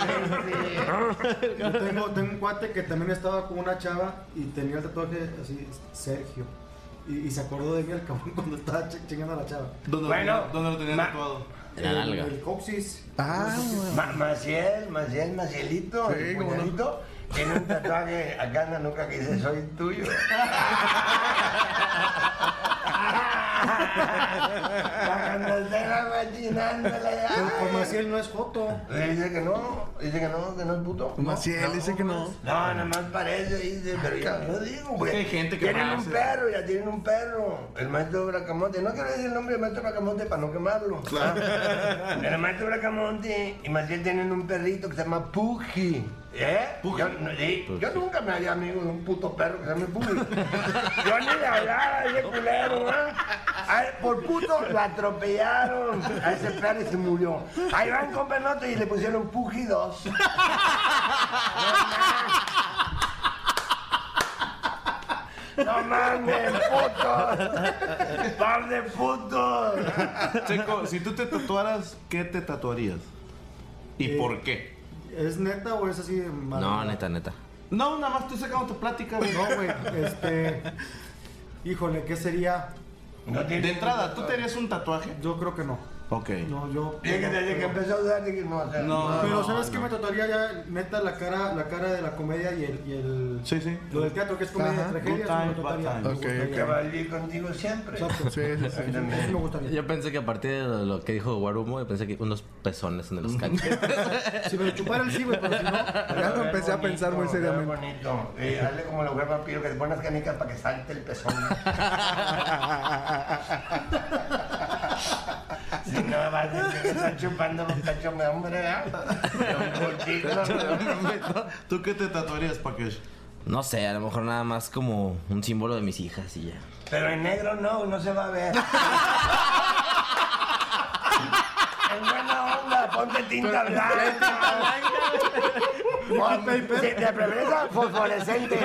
Yo tengo un cuate que también estaba con una chava y tenía el tatuaje así, Sergio. Y se acordó de mí el cabrón cuando estaba chingando a la chava. ¿Dónde lo tenía tatuado? En la nalga. El coxis. Macielito, sí, el puñadito, tiene un tatuaje acá en la nuca que dice soy tuyo. Cuando esté machinándole ya. Por Maciel no es foto. Dice que no es puto. Maciel dice que no. No, nada más parece, dice, pero yo digo, güey. Hay gente que tienen un hace. perro, ya tienen un perro. El maestro Bracamonte, no quiero decir el nombre del maestro Bracamonte para no quemarlo. Claro. El maestro Bracamonte y Maciel tienen un perrito que se llama Puji. Yo nunca me había amigo de un puto perro que se llama Puji. Yo ni le hablaba a ese culero, ¿no? Por puto lo atropellaron a ese perro y se murió. Ahí van con Penote y le pusieron Puji 2. No mames, puto. Par de putos. Checo, si tú te tatuaras, ¿qué te tatuarías? ¿Y por qué? ¿Es neta o es así? No, neta. No, nada más estoy sacando tu plática, güey. No, güey, híjole, ¿qué sería? De entrada, ¿tú te harías un tatuaje? Yo creo que no. Ok. No, yo... Desde que empezó a dudar de que no, o sea, No. Pero ¿sabes qué me tatuaría ya? Neta, la cara de la comedia y el... Sí, sí. Lo del teatro, que es comedia, Ajá. tragedia, Good eso me times, tatuaría. bad Me times. gustaría. que va a vivir contigo siempre. Exacto. Sí. Eso me gustaría. Yo pensé que a partir de lo que dijo Guarumo, yo pensé que unos pezones en los cachetes. Si me lo chupara el sí, güey, pero si no... Ya lo empecé a pensar muy seriamente. Bonito. Hazle como la mujer vampiro que te pones canicas para que salte el pezón. Si no vas a decir que estás chupando un cachón de hombre, ¿verdad? ¿Tú qué te tatuarías, Pakesh? No sé, a lo mejor nada más como un símbolo de mis hijas y ya. Pero en negro no se va a ver. En buena onda, ponte tinta blanca. De preferencia fosforescente.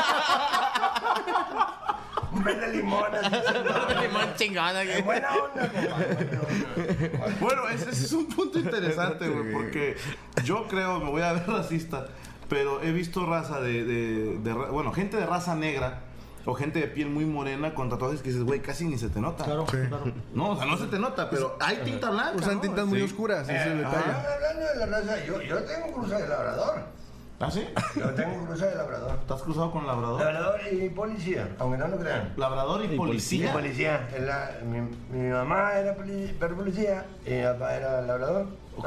Un verde limón, así. Limón chingón. En buena onda, Bueno, ese es un punto interesante, güey, porque yo creo, me voy a ver racista, pero he visto raza bueno, gente de raza negra o gente de piel muy morena con tatuajes que dices, güey, casi ni se te nota. Claro, claro. No, o sea, no se te nota, pero hay tinta blanca. Usan ¿no? tintas muy Sí. oscuras, ese es el detalle. Hablando de la raza, yo tengo cruza de labrador. ¿Ah, sí? Yo tengo cruza de labrador. ¿Estás cruzado con labrador? Labrador y policía, aunque no lo crean. Labrador y Sí, policía. policía. Mi mamá era perro policía y mi papá era labrador. Ok.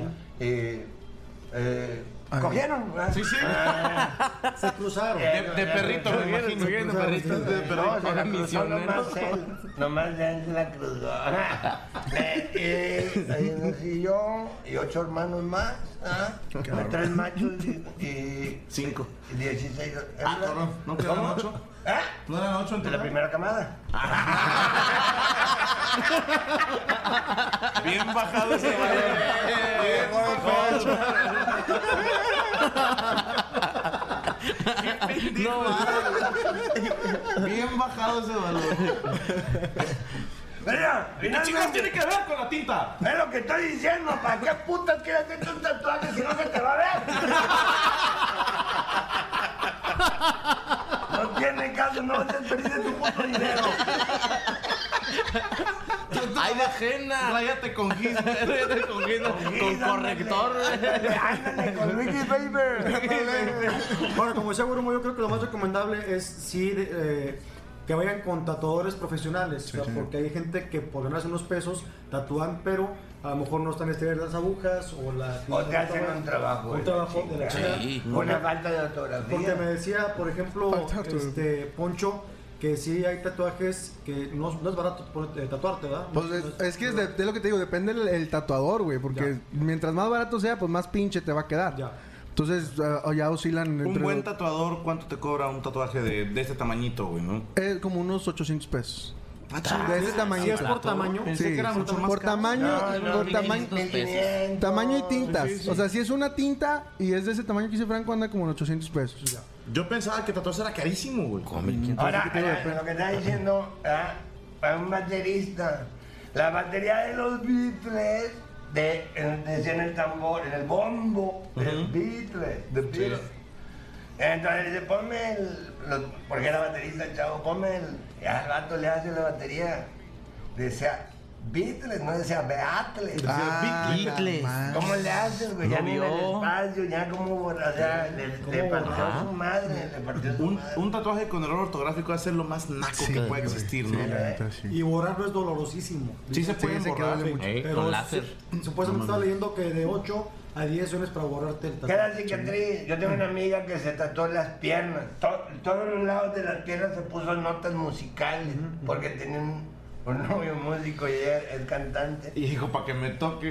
Cogieron. Sí, sí. Se cruzaron. De perrito, me imagino. De perrito. No, se la cruzó misionero. nomás él. Nomás él se la cruzó. Ahí nací yo y 8 hermanos más. 3 machos y 5. 16. Ah, cabrón, ¿no quedaron 8? ¿No eran 8 en De la total? primera camada. Bien bajado ese valor. Bien bajado. Qué pendejo. Bien bajado ese valor. Mira, ¿Qué chingados tiene que ver con la tinta? Es lo que estoy diciendo. ¿Para qué putas quieres hacer un tatuaje ajena. Ráyate con gis. Con corrector. Ándale, con Ricky Baber. Bueno, como decía Gurumo, yo creo que lo más recomendable es sí que vayan con tatuadores profesionales, o sea, porque hay gente que por ganarse unos pesos tatúan, pero a lo mejor no están estirando las agujas o te hacen un trabajo de la chingada. Sí. Una falta de ortografía. Porque me decía, por ejemplo, Poncho, que sí hay tatuajes que no es barato tatuarte, ¿verdad? Pues es que es lo que te digo, depende el tatuador, güey, porque mientras más barato sea, pues más pinche te va a quedar. Ya. Entonces ya oscilan Un buen tatuador, ¿cuánto te cobra un tatuaje de este tamañito, güey, no? como unos 800 pesos. De ese tamañito. Si es por tamaño, Sí, que era mucho más por caro. tamaño, por tamaño, 1500. tamaño y tintas. Sí. O sea, si es una tinta y es de ese tamaño que dice Franco, anda como en 800 pesos. Ya. Yo pensaba que tatuarse era carísimo, güey. Ahora, lo que está diciendo, para un baterista, la batería de los Beatles, decía en el tambor, en el bombo, del Beatles, The Beatles. Entonces dice, ponme porque era baterista el chavo, ponme y al vato le hace la batería, decía Beatles, no decía Beatles. Beatles. ¿Cómo le haces, güey? Ya No ni en el vio. espacio, ya como, o sea, le partió su madre, le partió su madre. Un tatuaje con error ortográfico va a ser lo más naco que puede existir, ¿no? y borrarlo es dolorosísimo. Sí se pueden se borrar. queda mucho. Pero Con láser. supuestamente estaba leyendo que de 8 a 10 sesiones para borrarte el Queda tatuaje. cicatriz. Yo tengo una amiga que se tatuó las piernas. Todos los lados de las piernas se puso notas musicales. Porque tenía un novio músico y ella es cantante. Y dijo, para que me toque.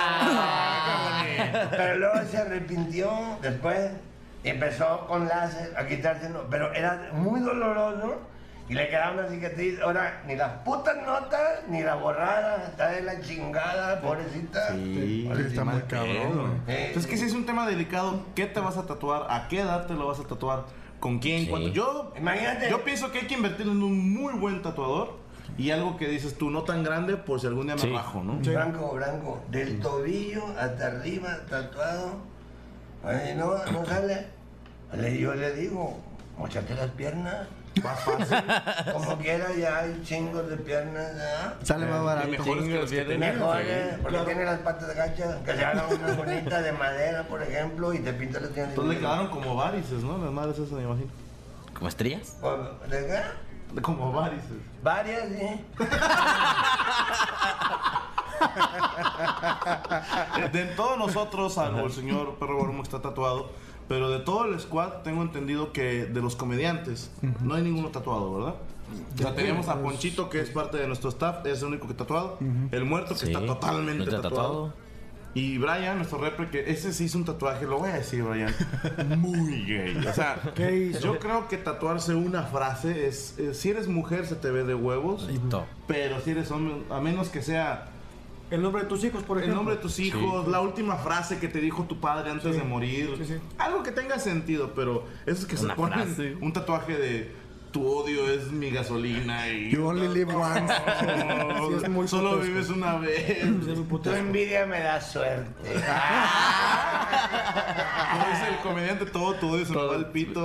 Pero luego se arrepintió después y empezó con láser a quitarse. Pero era muy doloroso y le quedaba una cicatriz. Ahora, ni las putas notas ni la borrada. Está de la chingada, pobrecita. Sí, Está muy cabrón, güey. Pues es que si es un tema delicado, ¿qué te vas a tatuar? ¿A qué edad te lo vas a tatuar? ¿Con quién? Sí. ¿Cuánto? Imagínate. Yo pienso que hay que invertir en un muy buen tatuador y algo que dices tú, no tan grande por si algún día me Sí. bajo, ¿no? Blanco, del tobillo hasta arriba, tatuado. Ay, no sale. Yo le digo, mochate las piernas. Más fácil. Como quiera, ya hay chingos de piernas, ¿ya? Sale más barato. Mejores que los que tenía. Mejor, porque tiene las patas gachas. Que se haga una bonita de madera, por ejemplo, y te pinta las piernas. Entonces le quedaron como varices, ¿no? Las madres esas, me imagino. ¿Como estrellas? ¿De qué? Como varices. Varias, sí. De todos nosotros, salvo el señor Perro Guarumo que está tatuado, pero de todo el squad tengo entendido que de los comediantes no hay ninguno tatuado, ¿verdad? O sea, tenemos a Ponchito, que es parte de nuestro staff, es el único que tatuado. El Muerto, que Sí, está totalmente no está tatuado. Y Brian, nuestro repre, que ese sí hizo un tatuaje, lo voy a decir, Brian, muy gay. O sea, ¿Qué hizo? yo creo que tatuarse una frase es si eres mujer se te ve de huevos, pero si eres hombre, a menos que sea El nombre de tus hijos, por el ejemplo. nombre de tus hijos, la última frase que te dijo tu padre antes Sí. de morir, Sí, sí. algo que tenga sentido, pero esos que se Una ponen frase. un tatuaje de tu odio es mi gasolina y You only live once. Sí, es muy solo putesco. vives una vez. Sí, muy Tu putesco. envidia me da suerte. Como dice el comediante, todo tu odio se me va al pito.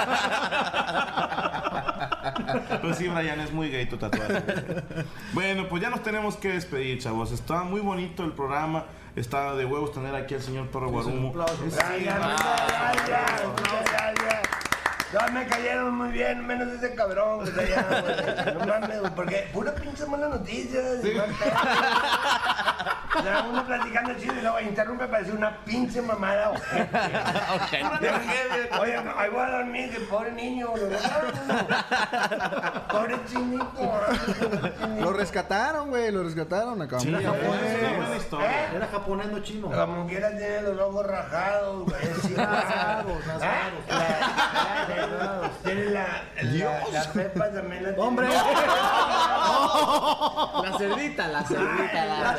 Pero sí, Brian, es muy gay tu tatuaje. Bueno, pues ya nos tenemos que despedir, chavos. Está muy bonito el programa. Está de huevos tener aquí al señor Perro Guarumo. Gracias, muchas gracias. Todos me cayeron muy bien, menos ese cabrón que está allá, güey. No mames, güey, porque pura pinche mala noticia. O sea, uno platicando chido y luego interrumpe para decir una pinche mamada. Oye, ahí voy a dormir, que pobre niño. Pobre chinito. Lo rescataron, güey, lo rescataron. Acabamos de buena historia. Era japonés, no chino. Como quiera tiene los ojos rajados, güey. Es igual. Rasgados. Tiene la pepa también la tiene. ¡Hombre! La cerdita. La cerdita.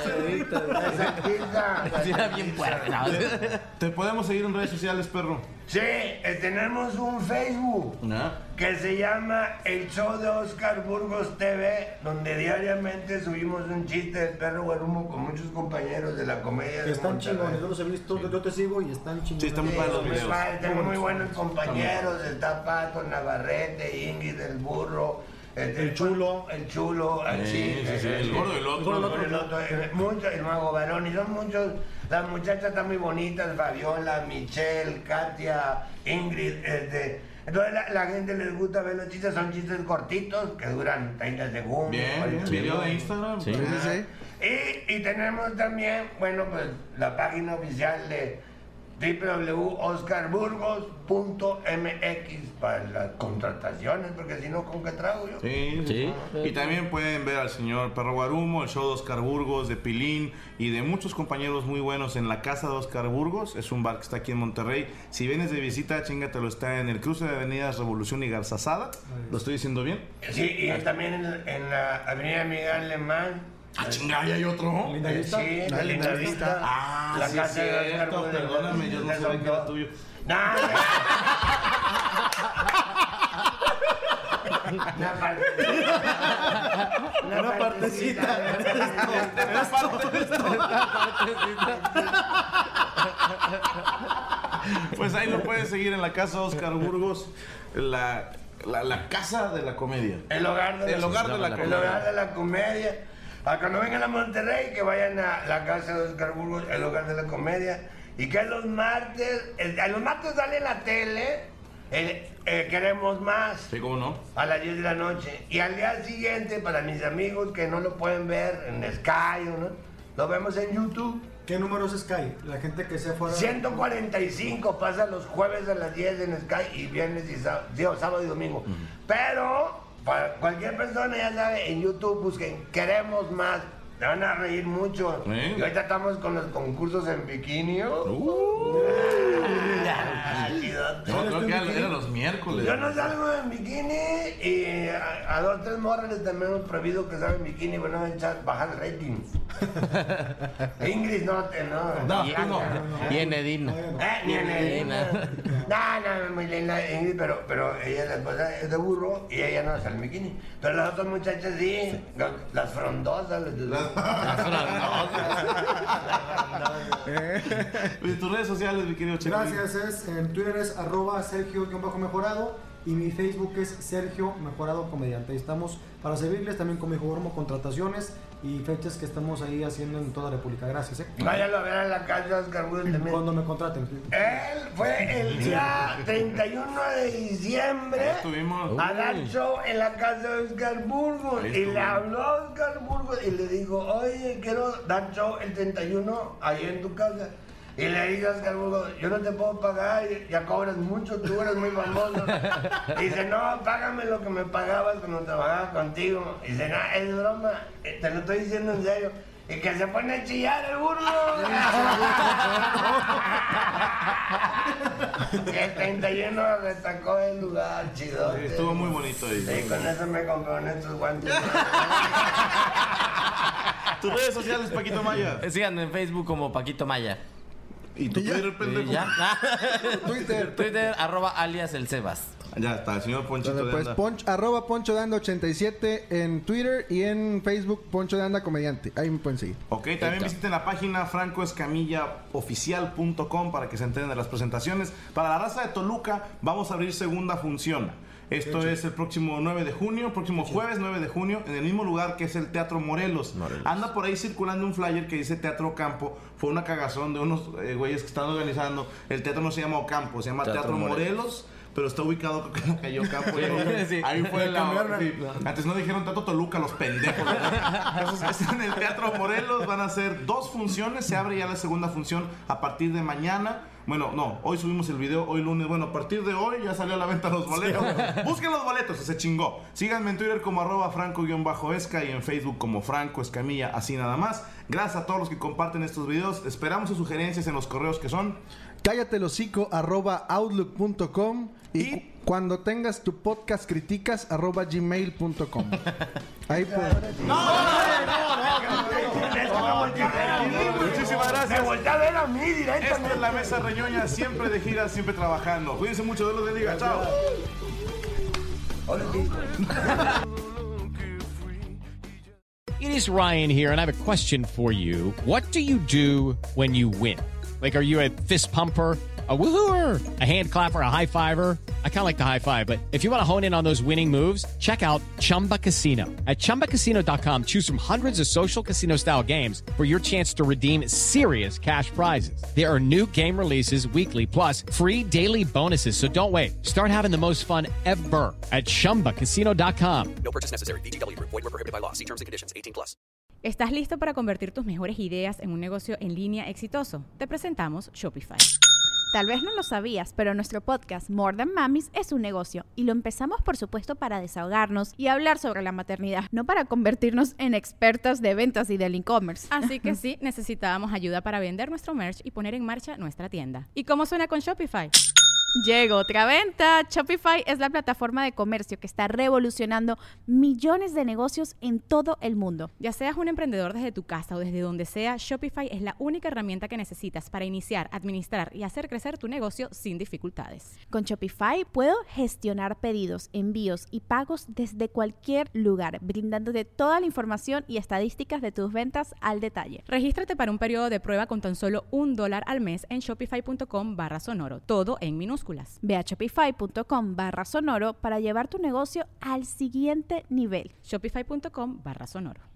Sí, era bien puerca. ¿Te podemos seguir en redes sociales, perro? Sí, tenemos un Facebook que se llama El Show de Oscar Burgos TV, donde diariamente subimos un chiste del Perro Guarumo con muchos compañeros de la comedia de Están Monterrey. chingones, yo los he visto, yo te sigo y están chingones. Sí, están muy padres los Muy videos. padre, tengo muy buenos compañeros, está Pato, Navarrete, Ingrid, el Burro, El chulo. El chulo, así. Sí, el gordo y el otro. El mago varón, y son muchos. Las muchachas están muy bonitas, Fabiola, Michelle, Katia, Ingrid, Entonces la gente les gusta ver los chistes, son chistes cortitos que duran 30 segundos. Bien, video de Instagram. Sí. Y tenemos también, bueno, pues la página oficial de www.oscarburgos.mx para las contrataciones, porque si no, ¿con qué trago yo? Sí. Y también pueden ver al señor Perro Guarumo, el show de Oscar Burgos, de Pilín y de muchos compañeros muy buenos en la casa de Oscar Burgos. Es un bar que está aquí en Monterrey. Si vienes de visita, chingatelo, está en el cruce de Avenidas Revolución y Garzazada. ¿Lo estoy diciendo bien? Sí, y también en la avenida Miguel Alemán. Ah, chingada, ¿ya hay otro? ¿Linda Vista? Sí, la Linda Vista. Ah, La sí, casa de Oscar cierto, Burgos. perdóname, yo no sabía que era tuyo. Una partecita. Pues ahí lo pueden seguir en la casa de Oscar Burgos, la casa de la comedia. El hogar de la comedia. El hogar de la comedia. Para cuando vengan a Monterrey, que vayan a la casa de Oscar Burgos, el hogar de la comedia. Y que los martes sale en la tele, Queremos Más. Sí, ¿cómo no? A las 10 de la noche. Y al día siguiente, para mis amigos que no lo pueden ver en Sky, ¿no? Lo vemos en YouTube. ¿Qué número es Sky? La gente que se fuera... 145 pasa los jueves a las 10 en Sky y viernes y sábado y domingo. Pero... para cualquier persona, ya sabe, en YouTube busquen Queremos Más. Te van a reír mucho. Y ahorita estamos con los concursos en bikini. Creo que eran los miércoles. Yo no salgo en bikini y a 2 o 3 morras les también hemos prohibido que salgan en bikini, bueno, bajar el rating. Ingrid no. Y en Edina. Ni en Edina. No, muy linda Ingrid, pero ella es la esposa es de burro y ella no sale en bikini. Pero las otras muchachas sí, las frondosas. Tus redes sociales, mi querido Checo. Gracias, en Twitter es @Sergio_Mejorado y mi Facebook es Sergio Mejorado Comediante. Ahí estamos para servirles también con mi forma, contrataciones y fechas que estamos ahí haciendo en toda la República. Gracias. Váyanlo a ver a la casa de Oscar Burgos también. Cuando me contraten. Él fue el día 31 de diciembre a dar show en la casa de Oscar Burgos. Y le habló a Oscar Burgos y le dijo, oye, quiero dar show el 31 ahí en tu casa. Y le dije a Oscar Burgos, yo no te puedo pagar, ya cobras mucho, tú eres muy famoso. Y dice, no, págame lo que me pagabas cuando trabajaba contigo. Y dice, no, es broma, te lo estoy diciendo en serio. Y que se pone a chillar el burro. Y el 31 destacó el lugar, chido. Sí, estuvo muy bonito ahí. Y con eso me compré estos guantes. Tus redes sociales, Paquito Maya. Síganme en Facebook como Paquito Maya. ¿Y tu Twitter, pendejo? ¿Ya? Twitter. @alias el Sebas. Ya está, el señor Ponchito de Pues Anda. Poncho de Anda 87 en Twitter y en Facebook Poncho de Anda Comediante. Ahí me pueden seguir. Ok, también visiten la página francoescamillaoficial.com para que se enteren de las presentaciones. Para la raza de Toluca vamos a abrir segunda función. Esto es el próximo 9 de junio, próximo jueves 9 de junio, en el mismo lugar que es el Teatro Morelos. Anda por ahí circulando un flyer que dice Teatro Campo. Fue una cagazón de unos güeyes que están organizando. El teatro no se llama Ocampo, se llama Teatro Morelos. Pero está ubicado en la calle Ocampo. Sí. Ahí fue antes no dijeron Teatro Toluca, los pendejos. Entonces, en el Teatro Morelos van a ser 2 funciones. Se abre ya la segunda función a partir de mañana. Bueno, no, hoy subimos el video, hoy lunes. Bueno, a partir de hoy ya salió a la venta los boletos. Busquen los boletos, se chingó. Síganme en Twitter como @franco_esca y en Facebook como Franco Escamilla, así nada más. Gracias a todos los que comparten estos videos. Esperamos sus sugerencias en los correos que son cállatelocico@outlook.com y cuando tengas tu podcast criticas @gmail.com. Ahí pues. Muchísimas gracias. Me volteé a ver a mí directamente. Esta es la Mesa Reñoña, siempre de gira, siempre trabajando. Cuídense mucho, Dios los bendiga. Chao. It is Ryan here, and I have a question for you. What do you do when you win? Like, are you a fist pumper? A woohooer, a hand clapper, a high fiver. I kind of like the high five, but if you want to hone in on those winning moves, check out Chumba Casino. At ChumbaCasino.com, choose from hundreds of social casino style games for your chance to redeem serious cash prizes. There are new game releases weekly, plus free daily bonuses. So don't wait. Start having the most fun ever at ChumbaCasino.com. No purchase necessary. VGW Group. Void where prohibited by law. See terms and conditions. 18+. ¿Estás listo para convertir tus mejores ideas en un negocio en línea exitoso? Te presentamos Shopify. Tal vez no lo sabías, pero nuestro podcast More Than Mamis es un negocio y lo empezamos por supuesto para desahogarnos y hablar sobre la maternidad, no para convertirnos en expertas de ventas y del e-commerce. Así que sí, necesitábamos ayuda para vender nuestro merch y poner en marcha nuestra tienda. ¿Y cómo suena con Shopify? Llegó otra venta. Shopify es la plataforma de comercio que está revolucionando millones de negocios en todo el mundo. Ya seas un emprendedor desde tu casa o desde donde sea, Shopify es la única herramienta que necesitas para iniciar, administrar y hacer crecer tu negocio sin dificultades. Con Shopify puedo gestionar pedidos, envíos y pagos desde cualquier lugar, brindándote toda la información y estadísticas de tus ventas al detalle. Regístrate para un periodo de prueba con tan solo $1 al mes en shopify.com/sonoro, todo en minúsculas. Ve a shopify.com/sonoro para llevar tu negocio al siguiente nivel. Shopify.com/sonoro.